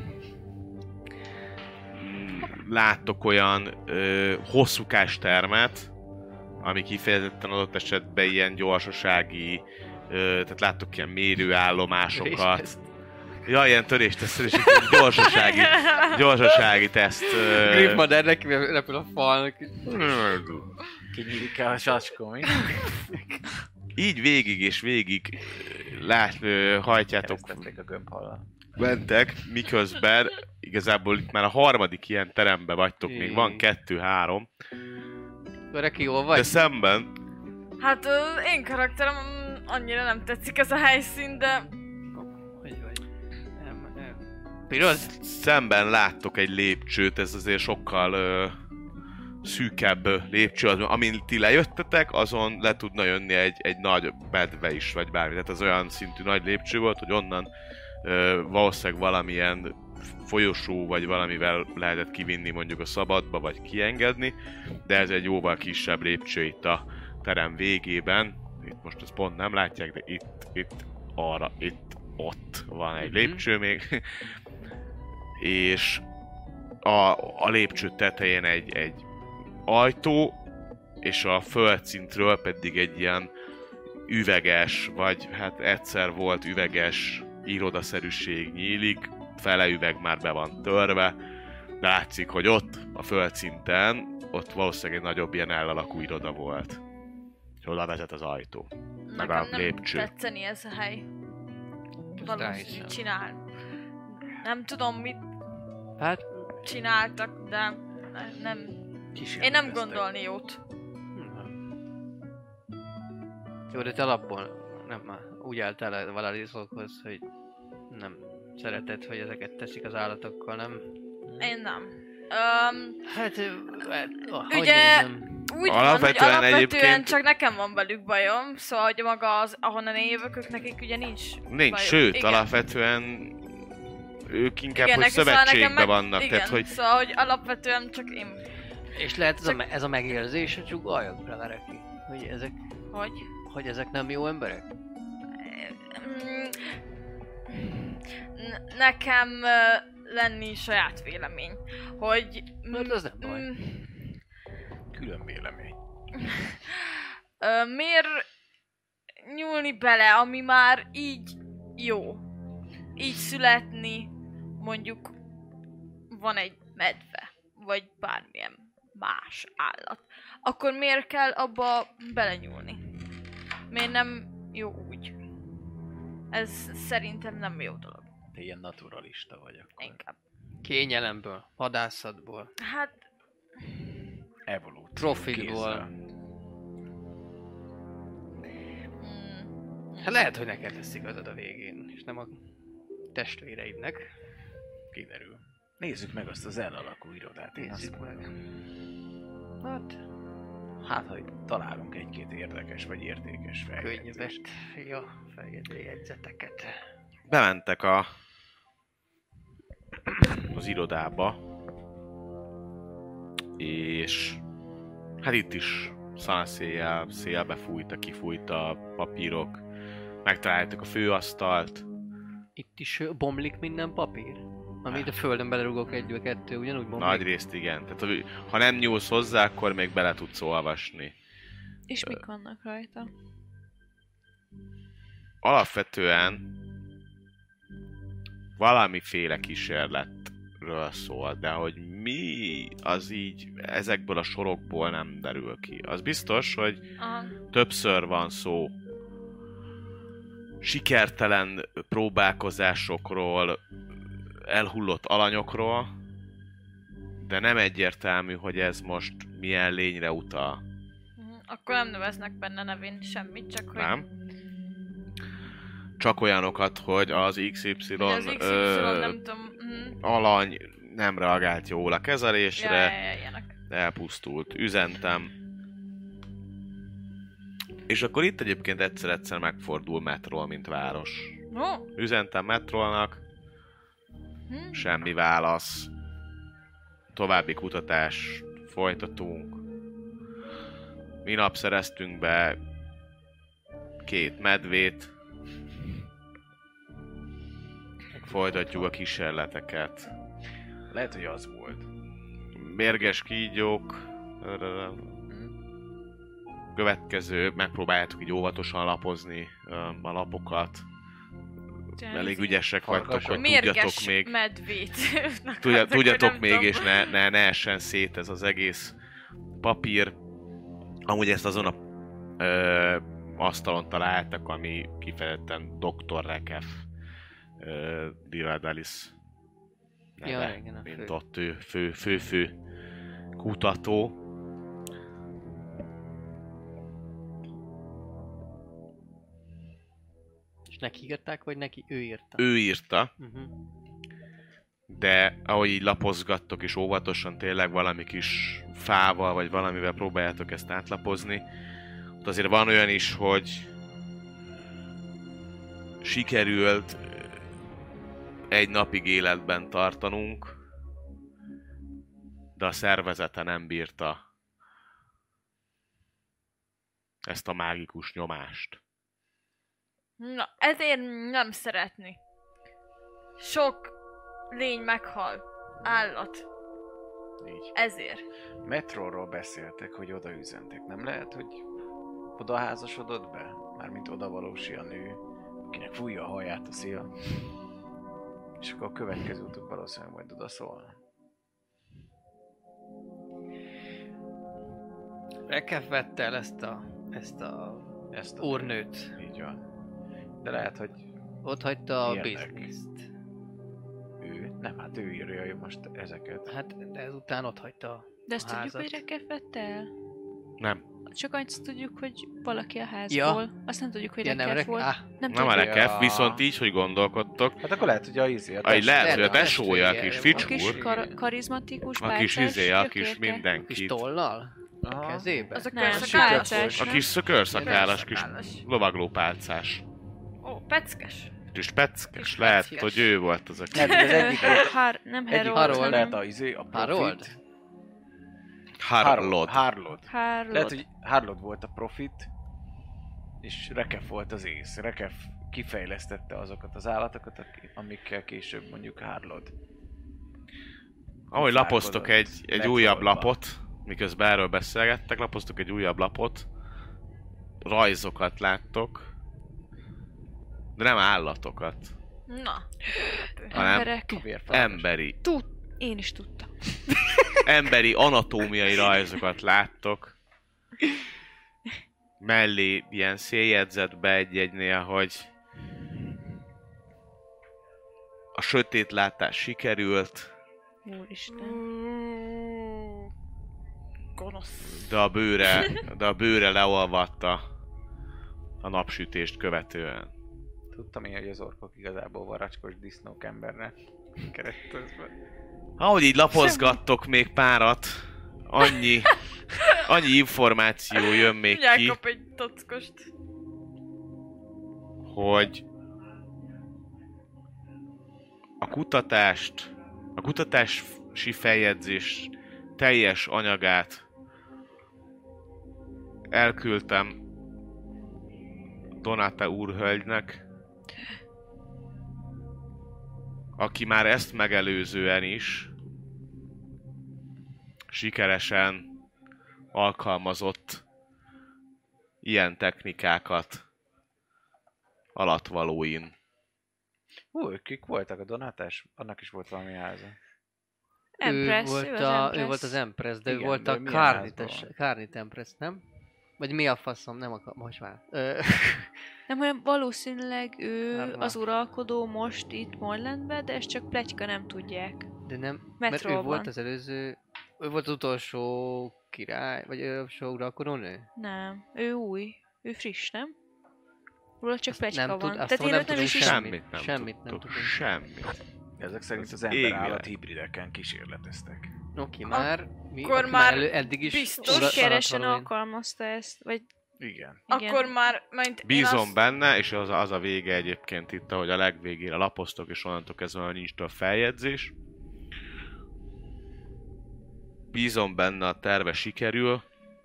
Mm, Láttok olyan ö, hosszúkás termet, ami kifejezetten adott esetben ilyen gyorsasági, ö, tehát láttok ilyen mérőállomásokat. Törésteszt. Ja, ilyen törésteszt, és ilyen gyorsasági, gyorsasági teszt. ö, Griffmadár neki repül a falnak. Kinyílik el a sacskó, mi? Így végig és végig lát, ö, hajtjátok, Keresztették a gömbhallal. mentek, miközben igazából itt már a harmadik ilyen teremben vagytok, még van kettő-három, Öreki, jól de vagy? szemben Hát az én karakterem mm, annyira nem tetszik ez a helyszín, de Hogy vagy? Nem, nem. Papírod? Szemben láttok egy lépcsőt, ez azért sokkal ö, szűkebb lépcső, az, amin ti lejöttetek, azon le tudna jönni egy, egy nagy medve is, vagy bármi. Tehát az olyan szintű nagy lépcső volt, hogy onnan ö, valószínűleg valamilyen folyosó, vagy valamivel lehetett kivinni mondjuk a szabadba, vagy kiengedni, de ez egy jóval kisebb lépcső itt a terem végében. Itt most ezt pont nem látják, de itt, itt, arra, itt, ott van egy lépcső még. És a, a lépcső tetején egy, egy ajtó, és a földszintről pedig egy ilyen üveges, vagy hát egyszer volt üveges irodaszerűség nyílik, fele üveg már be van törve, de látszik, hogy ott a földszinten, ott valószínűleg egy nagyobb ilyen elalakú iroda volt. És oda vezet az ajtó. Meg a Nekem nem lépcső. tetszeni ez a hely. Valószínűleg elhiszem. csinál. Nem tudom, mit Hát, csináltak, de ne- nem... Én nem gondolni jót. jó, de te alapból nem, már úgy álltál a Valalizokhoz, hogy nem szereted, hogy ezeket teszik az állatokkal, nem? Én nem. Um, Hát, hát oh, hogy Ugye- nézem? úgy Alapvetően van, hogy alapvetően egyébként- csak nekem van velük bajom, szóval hogy maga az, ahonnan én jövök, ők nekik ugye nincs Nincs, bajom. sőt, Igen. alapvetően ők inkább, Igen, hogy neki- szóval nekem szövetségben meg- vannak, igen, tehát hogy szóval hogy alapvetően csak én... És lehet ez a, Csak- me- ez a megérzés, hogy csak aljak leverek ki, hogy ezek, Hogy? hogy ezek nem jó emberek? Mm, n- nekem ö, lenni saját vélemény, hogy... Hát az nem baj. mm, Külön vélemény. Ö, miért nyúlni bele, ami már így jó? Így születni, mondjuk van egy medve, vagy bármilyen más állat. Akkor miért kell abba belenyúlni? Miért nem jó úgy? Ez szerintem nem jó dolog. Te ilyen naturalista vagy akkor. Inkább. Kényelemből, vadászatból, Hát, Evolúció. profitból. kézzel. mm, Hát lehet, hogy neked lesz igazad a végén, és nem a testvéreidnek. Kiderül. Nézzük meg azt az L alakú irodát. Én azt Nézzük meg. mondom. Hát, Hát, ha itt találunk egy-két érdekes vagy értékes könyvet, feljegyzést. ja, feljegyzeteket. bementek a az irodába, és hát itt is szanaszéjjel, szélbe fújta, kifújta a papírok, megtaláltuk a főasztalt, Itt is ö, bomlik minden papír? Amit a földön belerugok egy vagy kettő, ugyanúgy bomlik? nagy részt igen. Tehát hogy ha nem nyúlsz hozzá, akkor még bele tudsz olvasni. És mik vannak rajta? Alapvetően valamiféle kísérletről szól, de hogy mi, az így ezekből a sorokból nem derül ki. Az biztos, hogy aha. többször van szó sikertelen próbálkozásokról, elhullott alanyokról, de nem egyértelmű, hogy ez most milyen lényre utal. Mhm. Akkor nem neveznek benne nevén semmit, csak hogy... Nem? Csak olyanokat, hogy az iksz ipszilon, Hogy az iksz ipszilon, ö, nem tudom... mhm. alany nem reagált jól a Ja, kezelésre, ja, ja, ilyenek. elpusztult, üzentem. És akkor itt egyébként egyszer-egyszer megfordul Metrol, mint város. Ó, Üzentem Metrolnak, hm? semmi válasz. További kutatás folytatunk. Minap szereztünk be két medvét. Folytatjuk a kísérleteket. Lehet, hogy az volt. Mérges kígyók. Következő, megpróbáljátok így óvatosan lapozni ö, a lapokat. Elég ügyesek vagytok, hogy tudjatok Mérges még, medvét. tudja, Hát, tudjatok akkor még, nem és tudom. ne, ne, ne essen szét ez az egész papír. Amúgy ezt azon a ö, asztalon találtak, ami kifejezetten doktor Rekef ö, Diradalis neve, Ja, igen, a mint fő. ott ő fő, fő, fő kutató. És neki írták, vagy neki ő írta? Ő írta, Uh-huh. de ahogy így lapozgattok és óvatosan tényleg valami kis fával vagy valamivel próbáljátok ezt átlapozni, ott azért van olyan is, hogy sikerült egy napig életben tartanunk, de a szervezete nem bírta ezt a mágikus nyomást. Na, ezért nem szeretni. Sok lény meghal. Állat. Így. Ezért. Metróról beszéltek, hogy oda üzentek. Nem lehet, hogy oda házasodott be? Mármint oda valósi a nő, akinek fújja a haját a szél. És akkor a következő utuk valószínűleg majd oda szólna. Rekef vette el ezt a, ezt a, Ezt a úrnőt. Így van. De lehet, hogy Ott hagyta a Ilyenek. bizniszt. ő, nem, hát ő írja most ezeket. Hát, de ezután ott hagyta De ezt a tudjuk, házat. hogy Rekef vette el? Nem. Csak annyit tudjuk, hogy valaki a házból. Ja. Azt nem tudjuk, hogy Ja, Rekef nem, rek- volt. ah, Nem Nem a tudjuk. rekef, Ja. viszont így, hogy gondolkodtok. Hát akkor lehet, hogy a izé, a Aj, lehet, hogy a Lehet, a tesója, a testvére, kis a A ficskúr, kis kar- karizmatikus, a kis pálcás izé, a kis gyökérke. kis mindenkit. tollal? A Aha. kezébe? Az a Nem, körszakállas. pálcás. A kis szökörszakállas, kis Körszakállas. lovagló pálcás. Ó, peckes. Kis peckes, Kis lehet, peckes. hogy ő volt az, aki... Lehet, hogy az egyik, Har- nem egyik Harold, Harold. lehet hanem a izé, a Harold? profit. Harlod. Harlod. Harold. Lehet, hogy Harlod volt a profit, és Rekef volt az ész. Rekef kifejlesztette azokat az állatokat, aki- amikkel később mondjuk Harlod. Ahogy lapoztok egy, egy Legfordba. újabb lapot, miközben erről beszélgettek, lapoztok egy újabb lapot, rajzokat láttok, de nem állatokat, Na. hanem Emberek. emberi, Tud, én is tudtam. emberi anatómiai rajzokat láttok. Mellé ilyen széljegyzetbe egy-egynél, hogy a sötétlátás sikerült, Úristen. Gonosz. de a bőre, de a bőre leolvatta a napsütést követően. Tudtam én, hogy az orkok igazából varacskos disznók embernek keresztözve. Ahogy így lapozgattok még párat, annyi, annyi információ jön még Mindjárt ki, kap egy tockost. hogy a kutatást, a kutatási feljegyzés teljes anyagát elküldtem Donata úrhölgynek, aki már ezt megelőzően is sikeresen alkalmazott ilyen technikákat alatvalóin. Hú, ők kik voltak a Donátás? Annak is volt valami háza. Empress, ő, volt ő az a, Empress. ő volt az Empress, de ő Igen, volt de a ő milyen Carnit, házban van? Carnit Empress, nem? Vagy mi a faszom? Nem akar, most már. Ö, Nem, hanem valószínűleg ő Árva. az uralkodó most itt Morlandben, de ezt csak pletyka nem tudják. de nem, mert ő Metróban. volt az előző, ő volt az utolsó király, vagy utolsó uralkodónő? Nem, ő új. Ő friss, nem? Róla csak Azt pletyka nem van. tud- azt Tehát én nem őt nem tudunk is semmit. ismerem. Semmit nem Semmit nem tudtok. tudunk. Semmit. Ezek szerint az Az ember-állat égvilág. hibrideken kísérleteztek. Oké, már, mi, Akkor aki már elő, eddig is biztos ura- Sikeresen alatvalóin- alkalmazta ezt, vagy Igen. igen. Akkor már, mint én Bízom azt... benne, és az, az a vége egyébként itt, ahogy a legvégére lapoztok, és onnantól kezdve már nincs több feljegyzés. Bízom benne, a terve sikerül.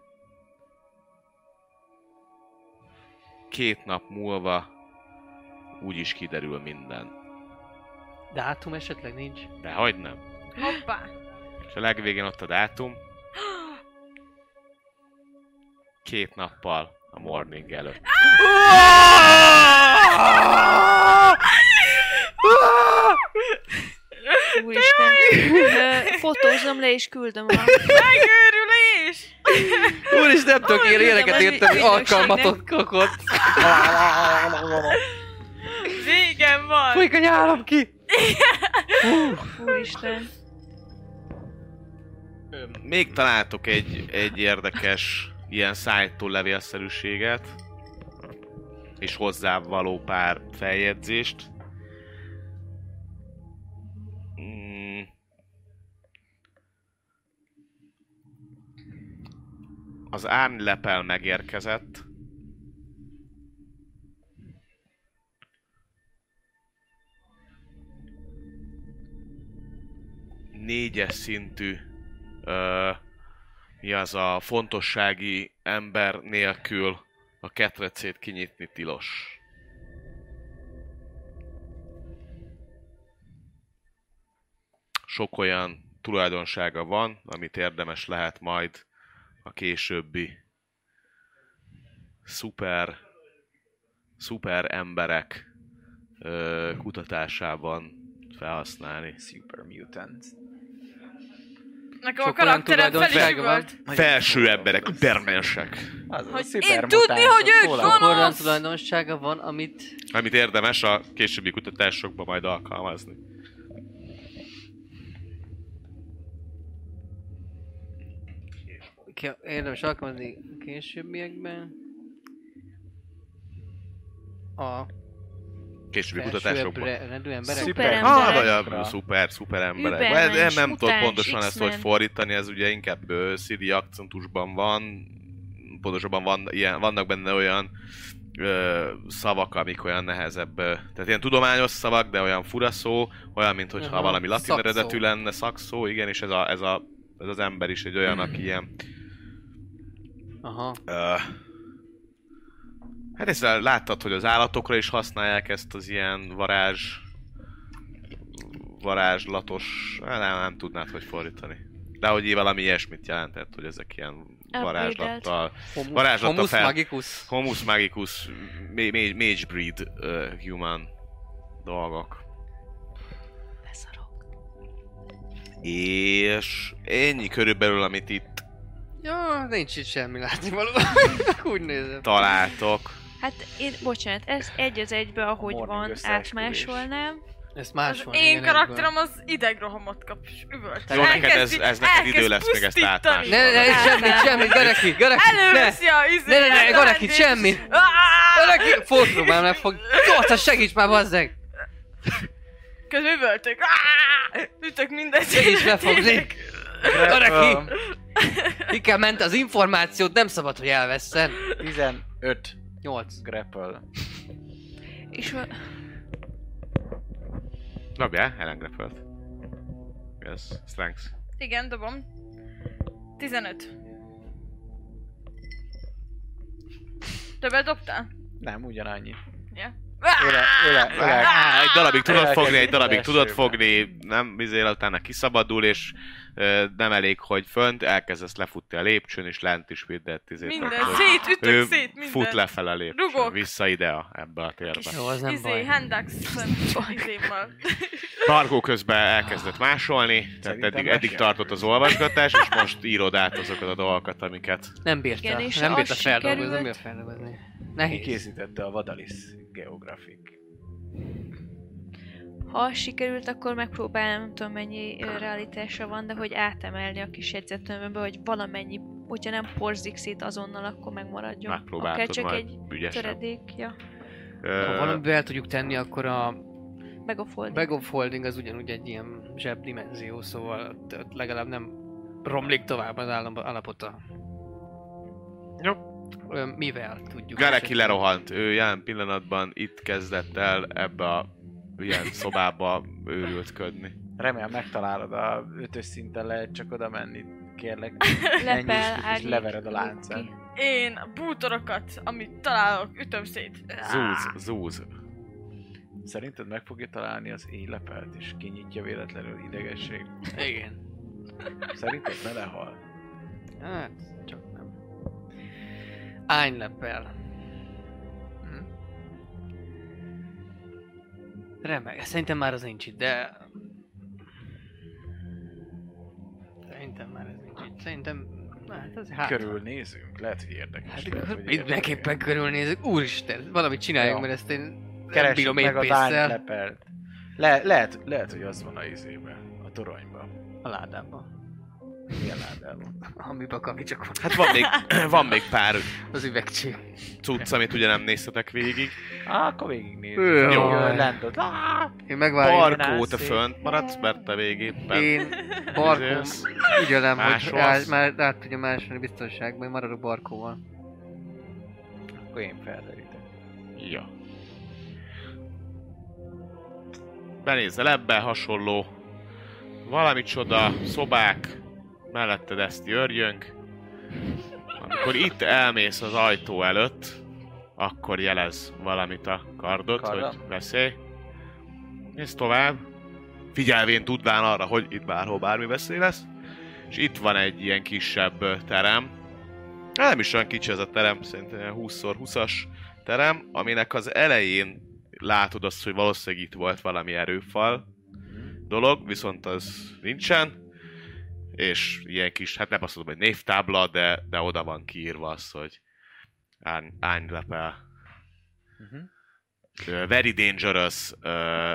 Két nap múlva úgyis kiderül minden. Dátum esetleg nincs? De hagyd nem. Hoppá. És a legvégén ott a dátum. Két nappal a morning előtt. úristen. Ö, Fotózom le és küldöm a... Megőrülés! Úristen, nem tudok ilyen Küldöm éleket az érteni, ügynökségnek. alkalmatot kakott. Végem van! Folyik a nyálam ki! Úristen. Még találtok egy, egy érdekes ilyen szájtól levélszerűséget, és hozzá való pár feljegyzést. Mm. az árnylepel megérkezett. Négyes szintű ö, mi az a fontossági ember nélkül a ketrecét kinyitni tilos. Sok olyan tulajdonsága van, amit érdemes lehet majd a későbbi szuper, szuper emberek ö, kutatásában felhasználni. Super mutant. Nekem a karakterem fel is volt. Felső emberek, übermensek. Hogy én tudni, hogy ő Olyan gonosz! tulajdonsága van, amit... Amit érdemes a későbbi kutatásokban majd alkalmazni. Ki- Érdemes alkalmazni a későbbiekben. A Későbbi kutatásokban. felsőbbre rendű emberek. Szuper Ah, emberek. vagy a szuper, szuper emberek. Übermensch, Ez, nem tudom mutáns, pontosan ezt X-Men. hogy fordítani, ez ugye inkább ö, szíri akcentusban van. Pontosabban van, ilyen, vannak benne olyan ö, szavak, amik olyan nehezebb, ö, tehát ilyen tudományos szavak, de olyan fura szó, olyan, mint hogyha Aha, valami latin szakszó. eredetű lenne, szakszó, igen, és ez, a, ez, a, ez az ember is egy olyan, aki ilyen Aha. Ö, hát ezzel láttad, hogy az állatokra is használják ezt az ilyen varázs... varázslatos... Hát nem, nem tudnád, hogy fordítani. De hogy így valami ilyesmit jelentett, hogy ezek ilyen varázslattal... Homus, varázslattal homus fel- magicus. Homus magicus, ma- ma- mage breed uh, human dolgok. Beszarok. És ennyi körülbelül, amit itt Jó, nincs itt semmi látnivaló. Úgy nézem. találtok. Hát én, bocsánat, ez egy az egybe, ahogy Morning van, összeesküvés. átmásolnám. Ezt Az máshol. én igen, karakterem az idegrohamot kap, és üvölt. Jó, neked ez, ez neked idő lesz még ezt átmásolni. Ne, ne, ne, semmit, semmit, Gareki, Gareki, ne! Előveszi a izé... Ne, ne, ne, Gareki, semmit! Gareki, fordul már, meg fog... Nyolcas, segíts már, bazzeg! Közben üvöltök. Áááá! Ütök mindent. Segíts befogni! Gareki! Ki kell ment az információt, nem szabad, hogy elvesszen. tizenöt Nyolc. grapple. És va- Dobjál, Ellen Grappelt. Yes, strength. Igen, dobom. tizenöt. Többet dobtál? Nem, ugyanannyi. Ja. Öle, öle, öle. Á, egy darabig tudod Elkezdett fogni, egy darabig az tudod elsőben. fogni, nem, vizél utána kiszabadul, és ö, nem elég, hogy fönt, elkezdesz lefutni a lépcsőn, és lent is vidd el tizét. Minden, akkor szét, ütök ő szét, minden. fut lefele a lépcsőn, Rugok. vissza ide a, ebbe a térbe. Jó, az nem Izé, baj. handax izémmel. Tarkó közben elkezdett másolni, tehát Szerintem eddig, meg eddig kell. tartott az olvasgatás, és most írod át azokat a dolgokat, amiket... Nem bírta, Igen, és nem az bírta feldolgozni, nem sikerült. bírta feldolgozni. Ki Nehéz. készítette a Vadalis Geographic? ha sikerült, akkor megpróbálom, nem tudom mennyi ö, realitása van, de hogy átemelni a kis jegyzettömbömbe, hogy valamennyi, hogyha nem porzik szét azonnal, akkor megmaradjon. Akár Megpróbáltad csak majd egy ügyesen. töredékja. Ö, Ha valamivel el tudjuk tenni, akkor a Meg a fold. bag of holding az ugyanúgy egy ilyen zsebdimenzió, szóval ott- ott legalább nem romlik tovább az állam- állapota. Jó. Ö, Mivel tudjuk? Gareki esetleg? lerohant, ő jelen pillanatban itt kezdett el ebbe a ilyen szobába őrültködni. Remélem megtalálod a ötös szinten, lehet csak oda menni, kérlek. Lepel, Menj is, és árnyék, levered a ki. láncán. Én a bútorokat, amit találok, ütöm szét. Zúz, zúz. Szerinted meg fogja találni az éjlepelt, és kinyitja véletlenül idegesség? Igen. Szerinted belehal? Hát, csak nem. Ánylepel. Hm. Remek, szerintem már az nincs itt, de... Szerintem már ez nincs itt. Szerintem... Hát az hát... Körülnézünk? Lehet, hogy érdekes. Hát, lehet, hogy mindenképpen érdekes. körülnézünk. Úristen, valamit csináljunk, Jó. mert ezt én nem Keressük bírom meg a épésszel. dánylepelt. Le, lehet, lehet, hogy az van a izében, a toronyban. A ládában. Milyen ládában? Amiben kavicsok van. Hát van még, van még pár Az üvegcső. cucc, amit ugye nem néztetek végig. Á, akkor végignézzük. Jó. Jó, lent ott. Én megvárjuk. Barkó, te fönt maradsz, mert te végéppen. Én Barkó Nézősz. ügyelem, hogy Másolsz. át, már át tudja másolni biztonságban, én maradok Barkóval. Akkor én felderítek. Ja. Benézel ebbe, hasonló. Valami csoda, szobák, melletted ezt őrjönk. Amikor itt elmész az ajtó előtt, akkor jelez valamit a kardot, Karda? hogy veszély. Nézd tovább. Figyelvén tudván arra, hogy itt bárhol bármi veszély lesz. És itt van egy ilyen kisebb ö, terem. Nem is olyan kicsi ez a terem, szerintem húsz szor húszas terem, aminek az elején látod azt, hogy valószínűleg itt volt valami erőfal dolog, viszont az nincsen. És ilyen kis, hát nem azt mondom, hogy névtábla, de, de oda van kiírva az, hogy Ány- Ánylepel. Uh-huh. Uh, very dangerous. Uh,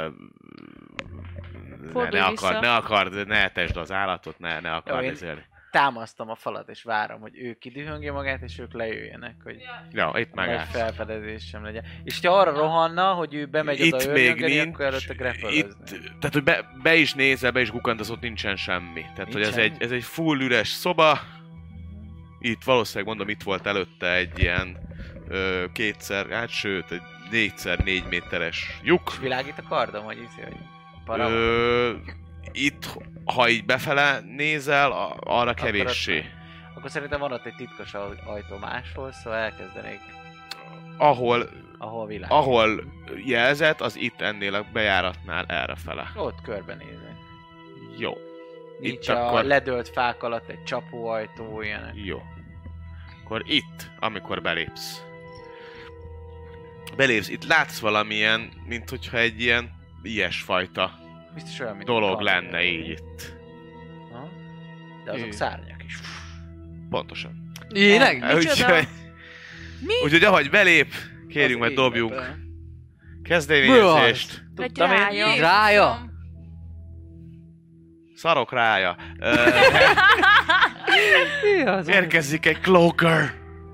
ne, Fordulj ne, vissza. akard, ne akard, ne tesd az állatot, ne, ne akard én- ezért. Támasztom a falat és várom, hogy ő kidühöngje magát és ők lejöjjenek, hogy Ja, itt nagy megállsz. felfedezés sem legyen. És ha arra rohanna, hogy ő bemegy Itt oda még őrjöngeni, nincs, akkor előtte grepölözni. itt, tehát hogy be, be is nézel, be is gukantasz, ott nincsen semmi. Tehát Nincs hogy ez semmi? egy, ez egy full üres szoba. Itt valószínűleg mondom, itt volt előtte egy ilyen ö, kétszer, hát sőt, egy négyszer négy méteres lyuk. És világít a kardom, hogy izé, hogy para. Ö, itt, ha így befele nézel, a- arra kevéssé. Akkor szerintem van ott egy titkos aj- ajtó máshol, szóval elkezdenék, Ahol, ahol világ. ahol jelzett, az itt ennél a bejáratnál errefele. Ott körbenézek. Jó. Nincs Itt a akkor- ledölt fák alatt egy csapóajtó, ilyenek. Jó. Akkor itt, amikor belépsz. Belépsz, itt látsz valamilyen, mint hogyha egy ilyen ilyesfajta Biztos olyan, mint dolog a lenne kard. így itt. Ha? De azok Ő. szárnyak is. Pontosan. Tényleg? Úgyhogy, Mi? úgyhogy ahogy belép, kérjünk, Az meg dobjunk életbe. kezdeményezést. Egy Tudtam én rája. is. Rája? Szarok rája. Ö, Mi az? érkezik egy cloaker.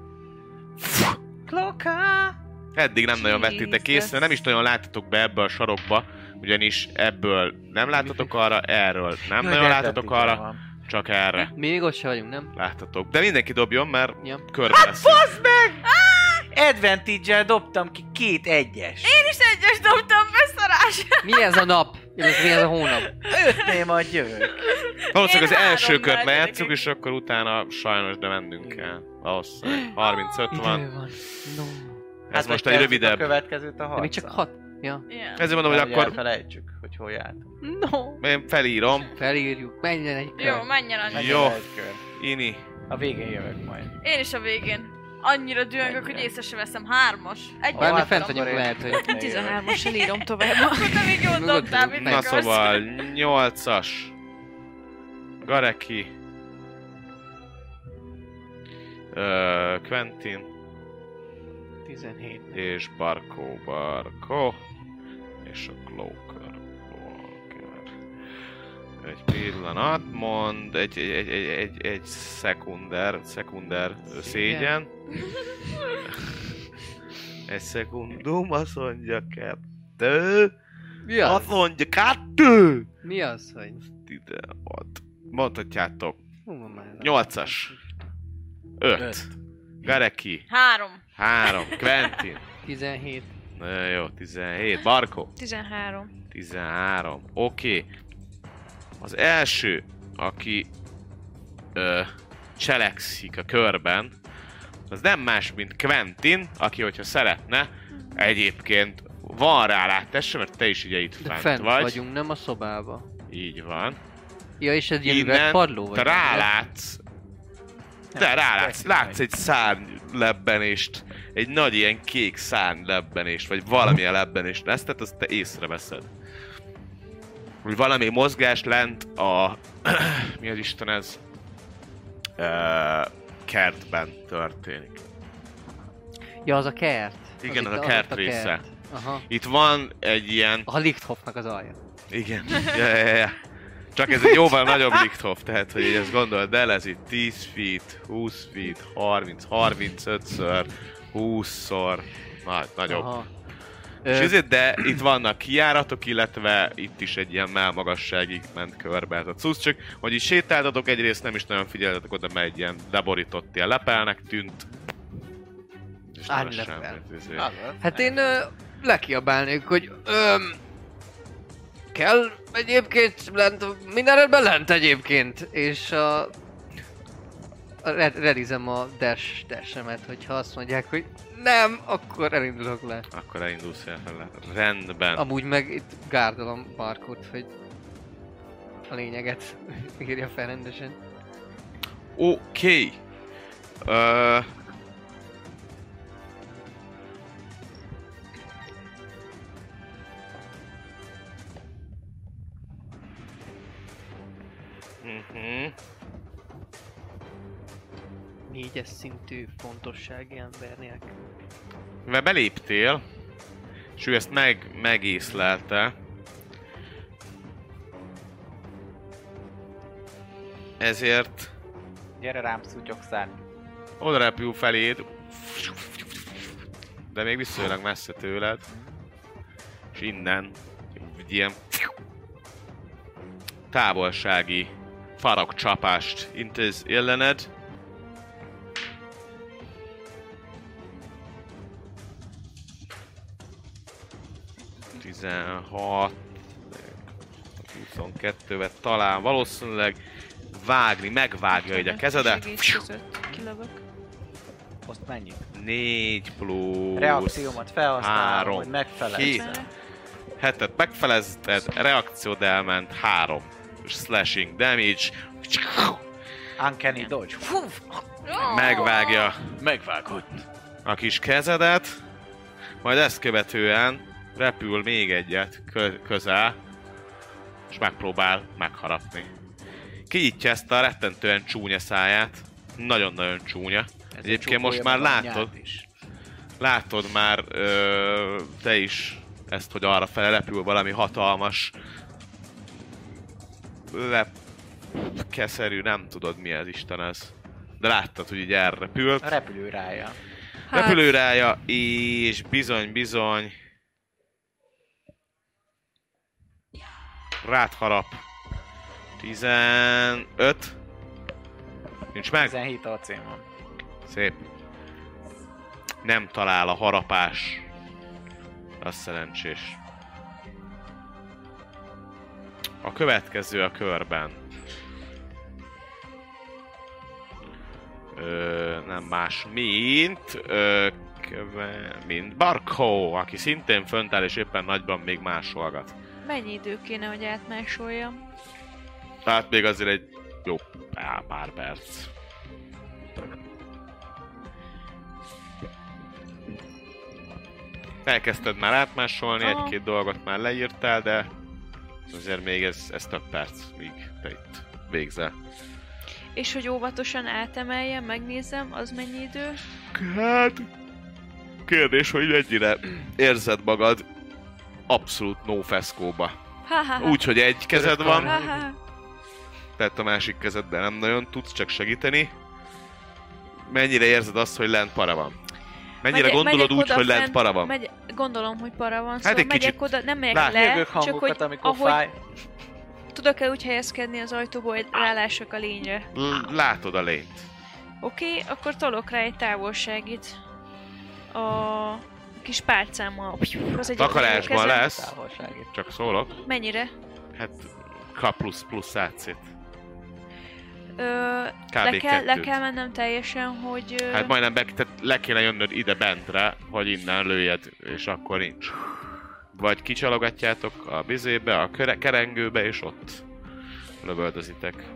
Kloka! Eddig nem nagyon vettétek Jesus. észre, nem is nagyon láttatok be ebbe a sarokba, ugyanis ebből nem láttatok arra, erről nem nagyon láttatok arra, csak erre Még ott se vagyunk, nem? láttatok. De mindenki dobjon, mert Ja. körbe lesz. Advantage-el dobtam ki két egyes. Én is egyes dobtam, beszarás! Mi ez a nap? Illetve mi ez a hónap? Ötnél majd jövök. Valószínűleg az Én első három kört már lejátszuk, gyerekek. és akkor utána sajnos, de mennünk kell. Valószínűleg harmincöt van. Idő van. No. Ez Hát, most hogy egy kezdjük rövidebb. A következőt a De még csak harccal. hat. Ja. Yeah. Ezért mondom, hogy Nehogy akkor elfelejtsük, hogy hol járt. No. én felírom. Felírjuk. Menjen egy kör. Jó, menjen annyi. Jó. Egy kör. Ini. A végén jövök majd. Én is a végén. Annyira dühöngök, hogy észre sem veszem. Hármas. Egy Bármi hát fent akkor vagyunk, én- lehet, hogy... ötnél jövök. tizenhármassal írom tovább. Akkor te még jól Nyugodtan, dobtál, mit Na Na akarsz. szóval nyolcas. Gareki. Ö, Quentin. tizenhét. És Barkó, Barkó. És a Cloaker. Cloaker. Egy pillanat, mond, egy, egy, egy, egy, egy, egy szekunder, szekunder szégyen. Egy szekundum, azt mondja kettő. Mi Azt az? mondja kettő. Mi az, hogy... Ide, ott. Mondhatjátok. Hú, van már ez a- Nyolcas. Öt. Öt. Gareki. Három. Három. Quentin. tizenhét. Na jó, tizenhét. Barkó. tizenhárom. tizenhárom. Oké. Okay. Az első, aki ö, cselekszik a körben, az nem más, mint Quentin, aki, hogyha szeretne, egyébként van rá látása, mert te is ugye itt De fent, fent vagy. vagyunk, nem a szobába. Így van. Ja, és egy ilyen Innen üvegpadló vagy? te rálátsz. De rálátsz, látsz egy szárny lebbenést, egy nagy ilyen kék szárny lebbenést, vagy valamilyen lebbenést lesz, tehát azt te észreveszed. Hogy valami mozgás lent a... mi az Isten ez? Uh, kertben történik. Ja, az a kert. Igen, itt- az a ott kert része. Aha. Itt van egy ilyen... A Lichthofnak az alja. Igen. Ja, ja, ja. Csak ez egy jóval nagyobb Lichthof, tehát hogy így ezt gondolod el, ez itt tíz feet, húsz feet, harminc, harmincötször, húszszor, nagy, nagyobb. Aha. És Ö, ezért, de itt vannak kijáratok, illetve itt is egy ilyen melmagasságig ment körbe ez a cucc, csak hogy így sétáltatok, egyrészt nem is nagyon figyeltetek oda, mert egy ilyen leborított ilyen lepelnek tűnt. És nem Ágy lesz lepel. semmit, ezért. Hát én ö, lekiabálnék, hogy öm, kell egyébként lent, minden rendben lent egyébként, és a, a red, redizem a dash, dashemet, hogyha azt mondják, hogy nem, akkor elindulok le. Akkor elindulsz el le. Rendben. Amúgy meg itt gárdolom Markot, hogy a lényeget írja fel rendesen. Oké. Ö... Mhm. Négyes szintű fontossági embernél. Mivel beléptél, és ő ezt meg, megészlelte, ezért Gyere rám, szutyogszár. oda repül feléd, de még viszonylag messze tőled, és innen egy ilyen távolsági farokcsapást intéz ellened. tizenhat, huszonkettővel talán valószínűleg vágni, megvágja így a kezedet. Segéd között kilövök. Azt mennyit? négy plusz Reakciómat felhasználom, három, hogy megfelelj. hét. Hetet megfelezted, reakciód elment, három slashing damage, Uncanny dodge. megvágja Megvágott. a kis kezedet, majd ezt követően repül még egyet kö- közel, és megpróbál megharapni. Kinyitja ezt a rettentően csúnya száját, nagyon-nagyon csúnya. Ez Egyébként most már látod, látod már ö, te is ezt, hogy arra fele repül valami hatalmas lepkeszerű, nem tudod mi ez Isten ez. De láttad, hogy így elrepült. A repülőrája. Hát, Repülőrája, és bizony, bizony rád harap. tizenöt. Nincs meg? tizenhét á cé van. Szép. Nem talál a harapás. Az szerencsés. A következő a körben. Ö, nem más, mint... Ö, köve, mint Barkó, aki szintén fönt áll és éppen nagyban még másolgat. mennyi idő kéne, hogy átmásoljam? Tehát még azért egy jó á, pár perc. Elkezdted már átmásolni, Aha. egy-két dolgot már leírtál, de azért még ez, ez több perc, míg te itt végzel. És hogy óvatosan átemeljem, megnézem, az mennyi idő? Hát... Kérdés, hogy mennyire érzed magad abszolút no feszkóba. Ha-ha-ha. Úgy, hogy egy kezed van, Ha-ha-ha. tehát a másik kezeddel nem nagyon tudsz csak segíteni. Mennyire érzed azt, hogy lent para van? Mennyire Megye- gondolod megyek úgy, hogy lent odafent, para van? Megy, gondolom, hogy para van, Hát szóval egy megyek kicsit oda, nem megyek lát- le, Nyögök csak hangokat, hogy amikor ahogy fáj. tudok-e úgy helyezkedni az ajtóból, hogy rálássak a lényre. L- látod a lényt. Oké, okay, akkor tolok rá egy távolságit. A kis pálcámmal. Az egy Takarásban lesz, Távolságét. csak szólok. Mennyire? Hát kap plusz plusz átszét. Ö, Kb. le, kell, le kettőt. kell mennem teljesen, hogy... Ö, Hát majdnem be, tehát le kéne jönnöd ide bentre, hogy innen lőjed, és akkor nincs. Vagy kicsalogatjátok a bizébe, a köre- kerengőbe, és ott lövöldözitek.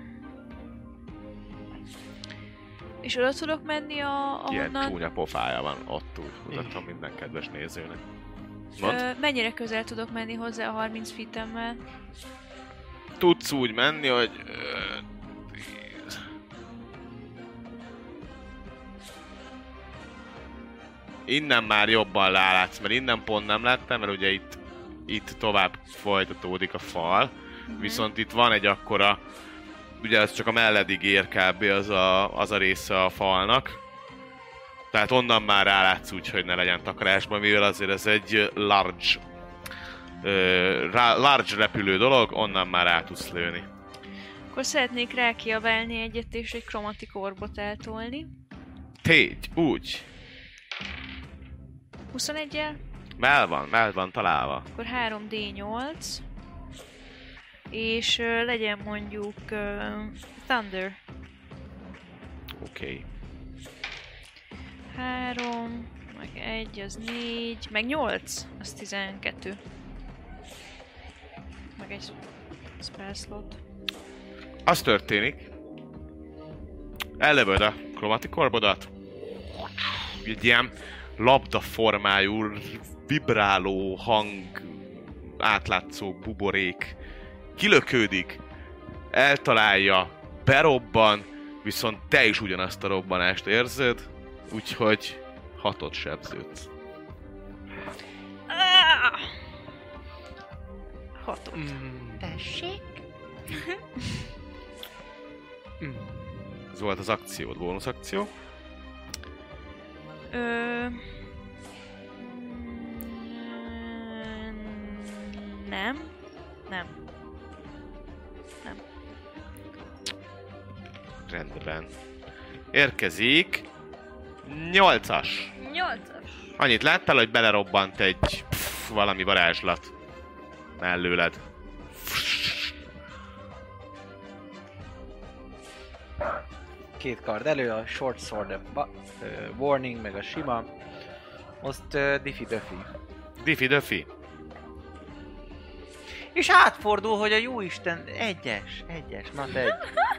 és oda tudok menni, a, Ilyen ahonnan... csúnya pofája van ott, úgy mutatom minden kedves nézőnek. Mondd. Ö, mennyire közel tudok menni hozzá a harminc feet-emmel? Tudsz úgy menni, hogy... ö, tíz. Innen már jobban rálátsz, mert innen pont nem láttam, mert ugye itt, itt tovább folytatódik a fal. Viszont itt van egy akkora, ugye ez csak a melledig ér kb. Az a, az a része a falnak. Tehát onnan már rálátsz úgy, hogy ne legyen takarásban, mivel azért ez egy large, uh, large repülő dolog, onnan már rá tudsz lőni. Akkor szeretnék rákiabálni egyet és egy chromatic orbot eltolni. Tégy, úgy. huszonegyel? Mell van, mell van találva. Akkor három dé nyolc. És uh, legyen mondjuk uh, Thunder. Oké. Okay. három, meg egy, az négy, meg nyolc, az tizenkettő. Meg egy spell slot. Az történik. Ellövöd a chromatic orbodat. Egy ilyen labda formájú, vibráló hang, átlátszó buborék kilökődik, eltalálja, berobban, viszont te is ugyanazt a robbanást érzed, úgyhogy hatot sebződsz. Ah! Hatot. Mm. Tessék? Ez volt az akciód, bónusz akció. Ö... Nem. Nem. Nem. Rendben. Érkezik nyolcas. Nyolcas. Annyit láttál, hogy belerobbant egy pff, valami varázslat mellőled. Két kard elő, a short sword, a ba- uh, warning, meg a sima. Most uh, diffi duffy. Diffi Duffy. És átfordul, hogy a jóisten egyes, egyes, na egy.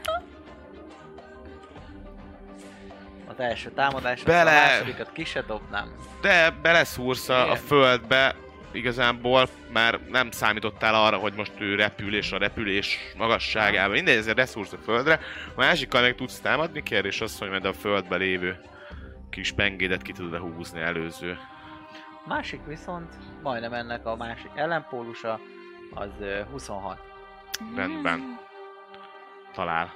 Az első támadás, Bele- a másodikat ki se dobnám. De beleszúrsz a, a Igen. földbe igazából, mert nem számítottál arra, hogy most ő repül és a repülés magasságában. Mindegy, ezért leszúrsz a földre. A másikkal meg tudsz támadni, kérdés az, hogy majd a földbe lévő kis pengédet ki tudod húzni előző. Másik viszont, majdnem ennek a másik ellenpólusa, az uh, huszonhat. Rendben. Talál.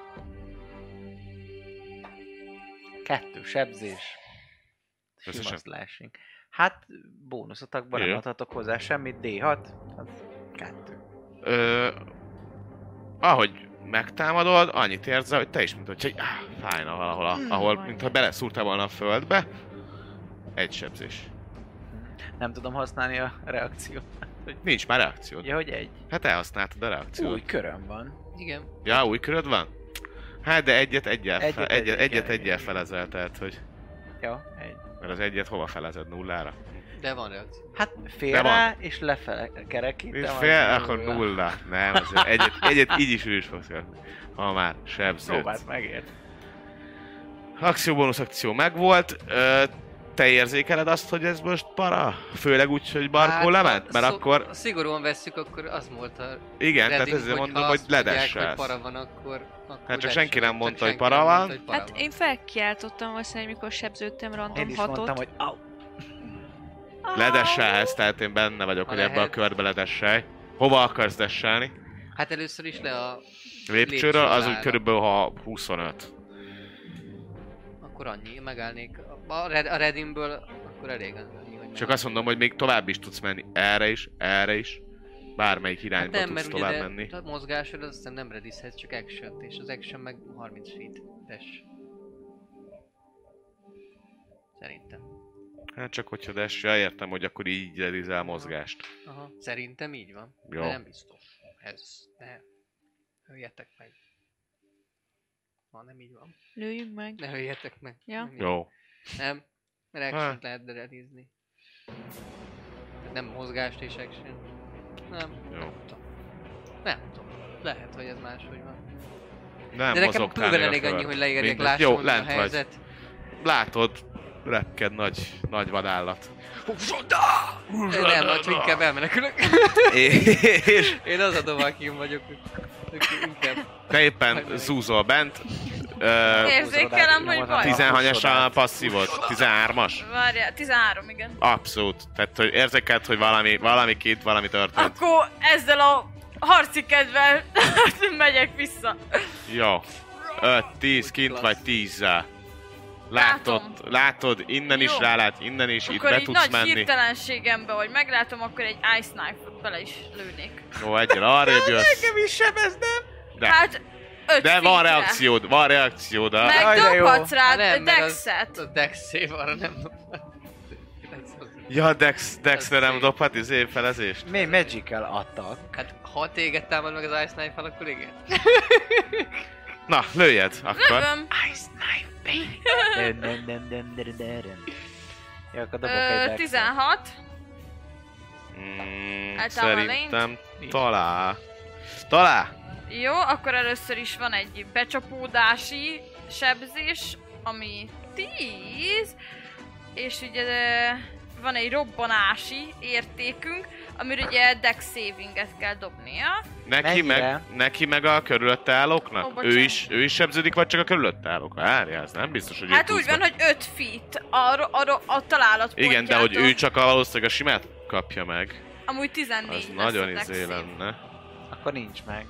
Kettő sebzés. Összesen. Sima slashing. Hát bónuszatakban nem Jó. adhatok hozzá semmit, dé hat, az kettő. Ö, ahogy megtámadod, annyit érzel, hogy te is, mint hogy áh, fájna valahol, a, ahol, mintha beleszúrtál volna a földbe. Egy sebzés. Nem tudom használni a reakciót. Nincs már reakciód. Ja, hogy egy. Hát elhasználtad a reakciót. Új köröm van. Igen. Ja, új köröd van? Hát de egyet egyel, Egyet fel, egyet egyet, egyet, kell, egyel igen. felezel, tehát hogy... Ja, egy. Mert az egyet hova felezed? Nullára? De van reakció. Hát De félre és lefele kerekítem. És az fél, nulla. akkor nulla. Nem, azért egyet, egyet így is ő is fogsz kapni. Ha már sebződsz. Próbált megért. Akció, bónusz akció megvolt. Ö, te érzékeled azt, hogy ez most para? Főleg úgy, hogy Barkó Hát, lement? ha Mert szó- akkor... ha szigorúan vesszük, akkor az volt a Igen, tehát Redding, ezzel mondom, ha hogy azt tudják, hogy ledesselsz. para van, akkor... akkor Hát csak ledesel. senki nem Csak mondta, hogy senki para nem van. mondta, hogy para Hát van. én felkiáltottam azt, hogy mikor sebződtem Én random is hatot. mondtam, hogy au. Ledesselhez, tehát én benne vagyok, Ha hogy ebbe a lehet. körbe ledesselj. Hova akarsz desselni? Hát először is le a... Lépcsőről, az úgy Lépcsővára. körülbelül ha huszonöt. Akkor annyi, megállnék. A, Red, a Redinből akkor elég annyi, hogy Csak azt mondom, hogy még tovább is tudsz menni. Erre is, erre is. Bármelyik irányba hát nem, tudsz mert ugye tovább de, menni. a mozgásod az aztán nem redizhet, csak action és az action meg harminc feet dash. Szerintem. Hát csak hogyha dash, ja, értem, hogy akkor így redizel mozgást. Aha. Szerintem így van. Jó. De nem biztos. Ez... Ne. Öljetek meg. Ha nem így van. Lőjünk meg. Ne öljetek meg. Ja. Nem, így. Jó. Nem. Mert Hát. action lehet redizni. Nem mozgást és action. Nem. Jó. Nem tudom. Nem tudom. Lehet, hogy ez máshogy van. Nem De nekem mozogtál bőven még a elég annyi, föld. hogy leérjek, Mindegy. lássam, Jó, hogy mi a lent vagy. helyzet. Látod, repked nagy, nagy vadállat. Nem, hogy inkább elmenekülök. És Én az a dovákin vagyok, hogy inkább. te éppen zúzol bent. Ö, Érzékelem, hogy baj. tizenhanyas a passzívod? tizenhármas? Várjál, tizenhárom, igen. Abszolút. Tehát, hogy érzékelt, hogy valami, valami két, valami történt. Akkor ezzel a harci kedvel megyek vissza. Jó. öt, tíz, kint vagy tízzel. Látod, Látom. látod, innen is Jó. rálát, innen is, itt Akkor be így tudsz nagy menni. hirtelenségembe, hogy meglátom, akkor egy Ice Knife-ot bele is lőnék. Jó, egyel arrébb jössz. Nekem is sebeznem! De, Hát, öt de van feet-re. reakciód, van reakciód. a- Meg Jaj, de jó. dobhatsz rá Hát nem, mert az- Dexet. A Dex save arra nem Ja, Dex, Dexre Az nem szép. dobhat izé felezést. Mi Magical attack? Hát ha téged támad meg az Ice Knife-val, akkor igen. Na, lőjed akkor. Lövöm. Ice Knife, baby! Dun, dun, dun, dun, dun, dun, dun. Jó, akkor dobok egy Ö, Dexet. tizenhat. Mm, Eltállom a szerintem talál. Talál! Jó, akkor először is van egy becsapódási sebzés, ami tíz, és ugye ö, van egy robbanási értékünk, amire ugye Dex savinget kell dobnia. Neki Mennyire? meg, neki meg a körülötte állóknak? Ó, ő bocsánat. is, ő is sebződik, vagy csak a körülötte állók? Várjál, ez nem biztos, hogy Hát ő úgy pluszba- van, hogy öt feet a, ro- a, ro- a találat Igen, de hogy ő csak a valószínűleg a simát kapja meg. Amúgy tizennégy Az lesz nagyon a Dex izé save. lenne. Akkor nincs meg.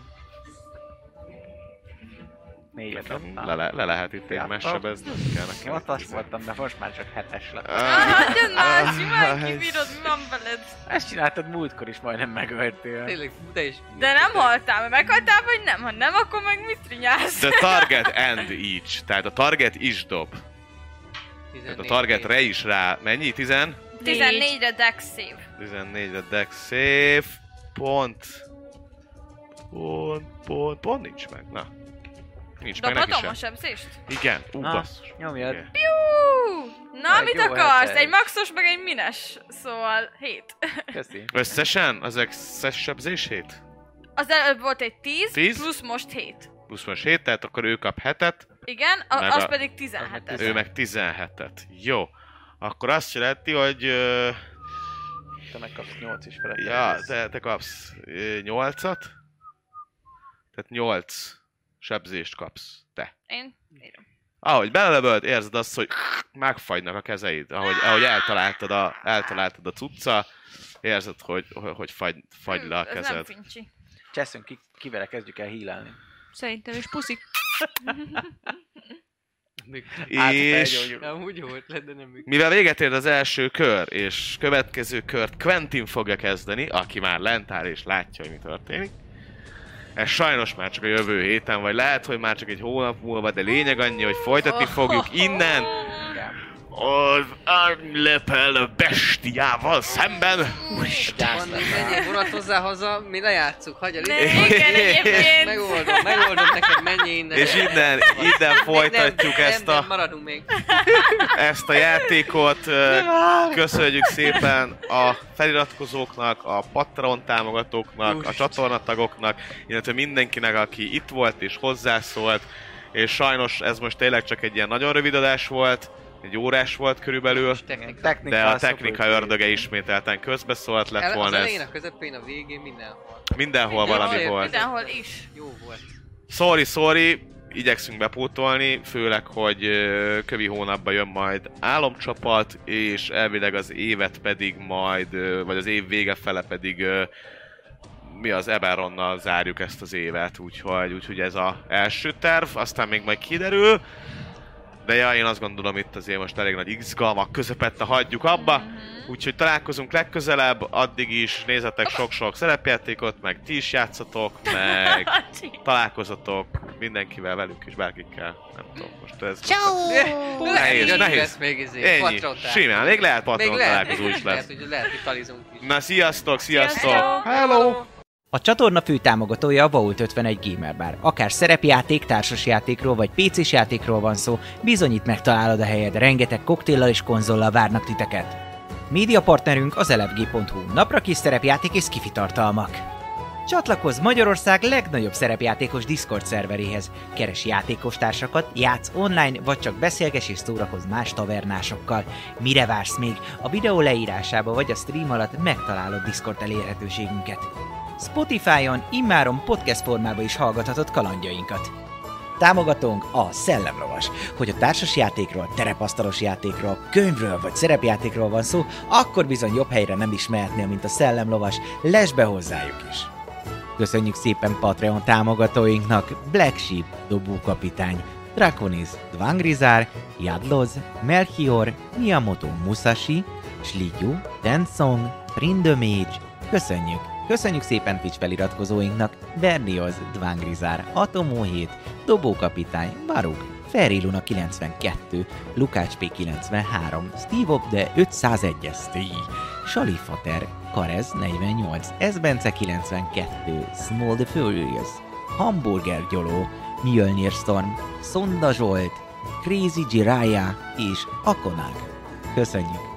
Négyet Nekem dobtam. le, le, le lehet itt egy Ja, messebezni, nem kell nekem. Nyolcas izé. voltam, de most már csak hetes lett. Ah, hagyjad már, simán Ah, kibírod, mi van veled? Ezt csináltad múltkor is, majdnem megöltél. Tényleg, de is... De nem haltál, mert meghaltál, vagy nem? Ha nem, akkor meg mit rinyálsz? The target end each. Tehát a target is dob. Tehát a targetre is rá. Mennyi? tíz? tizennégyre Dex save. tizennégyre dex save. Pont. Pont, pont, pont nincs meg. Na. Nincs meg neki Dobhatom a sem. sebzést? Igen. Ú, Na, basszus. nyomjad. Igen. Piu! Na, Egy mit jó akarsz? hetes. Egy maxos, meg egy mines. Szóval hét. Köszi. Összesen az összes sebzését? Az előbb volt egy tíz, tíz? plusz most hét. Plusz most hét, tehát akkor ő kap hetet, Igen, a, Meg az a- pedig tizenhetes. ő meg tizenhetet. Jó. Akkor azt jelenti, hogy... ö, Te megkapsz nyolc is felett. Ja, te, te kapsz nyolcat. Tehát nyolc sebzést kapsz. Te. Én írom. Ahogy belelövöd, érzed azt, hogy megfagynak a kezeid. Ahogy, ahogy eltaláltad a, eltaláltad a cucca, érzed, hogy, hogy fagy, fagy le a Ez nem kezed. fincsi. Cseszünk ki, kivel kezdjük el hílelni. Szerintem is puszik. És Nem úgy volt le, de nem működik. mivel véget ér az első kör, és következő kört Quentin fogja kezdeni, aki már lent áll és látja, hogy mi történik. Ez sajnos már csak a jövő héten, vagy lehet, hogy már csak egy hónap múlva, de lényeg annyi, hogy folytatni fogjuk innen az Unlepel bestiával szemben. Van, menjél, vonatozzál haza, mi lejátszuk, hagyja Ne, légy. igen, egyébként. Megoldom, megoldom neked, menjél innen. És innen, innen folytatjuk nem, ezt nem, a... Nem, maradunk még. ezt a játékot. Ö, Köszönjük szépen a feliratkozóknak, a Patreon támogatóknak, a csatornatagoknak, illetve mindenkinek, aki itt volt és hozzászólt. És sajnos ez most tényleg csak egy ilyen nagyon rövid adás volt, egy órás volt körülbelül, Technika. de a technika ördöge ismételten közbeszólt lett El, az volna elején, ez. a közepén, a végén, mindenhol. Mindenhol valami Mindenhol, volt. Mindenhol is. Jó volt. Sorry, sorry, igyekszünk bepótolni, főleg, hogy ö, kövi hónapban jön majd álomcsapat, és elvileg az évet pedig majd, ö, vagy az év vége fele pedig ö, mi az Eberronnal zárjuk ezt az évet, úgyhogy, úgyhogy ez az első terv, aztán még majd kiderül. De ja, én azt gondolom, itt azért most elég nagy izgalmak közepette hagyjuk abba. Úgyhogy találkozunk legközelebb, addig is nézzetek sok-sok szerepjátékot, meg ti is játszatok, meg találkozatok mindenkivel, velünk is, bárkikkel. Nem tudom, most ez... Hú, Nehéz, még nehéz. lesz még izé, Ennyi, Patreon találkozó. simán, még lehet Patreon Még lehet, találkozó is lehet, lesz. hogy lehet, hogy talizunk is. Na sziasztok, sziasztok! Sziasztok! Hello! A csatorna fő támogatója a Vault ötvenegy Gamer Bar. Akár szerepjáték, társasjátékról vagy pé cés játékról van szó, bizonyít megtalálod a helyed, rengeteg koktéllal és konzollal várnak titeket. Média partnerünk az elefg pont hu, napra kis szerepjáték és skifi tartalmak. Csatlakozz Magyarország legnagyobb szerepjátékos Discord szerveréhez. Keres játékostársakat, játsz online, vagy csak beszélges és szórakozz más tavernásokkal. Mire vársz még? A videó leírásába vagy a stream alatt megtalálod Discord elérhetőségünket. Spotify-on immáron podcast formában is hallgathatod kalandjainkat. Támogatónk a Szellemlovas. Hogy a társasjátékról, terepasztalos játékról, könyvről vagy szerepjátékról van szó, akkor bizony jobb helyre nem is mehetnél, mint a Szellemlovas, lesz be hozzájuk is! Köszönjük szépen Patreon támogatóinknak Black Sheep, dobókapitány, Draconis, Dvangrizár, Jadloz, Melchior, Miyamoto Musashi, Slityu, Tensong, Prindemage. Köszönjük! Köszönjük szépen Twitch feliratkozóinknak Bernioz, Dvangrizár, Atomó hét, Dobókapitány, Baruk, Feriluna kilencvenkettő, Lukács P kilencvenhárom, Steve Obde ötszázegy es té, Salifater, Karez negyvennyolc, Esbence kilencvenkettő, Small the Furious, Hamburger Gyoló, Mjölnir Storm, Szonda Zsolt, Crazy Jiraya és Akonag. Köszönjük!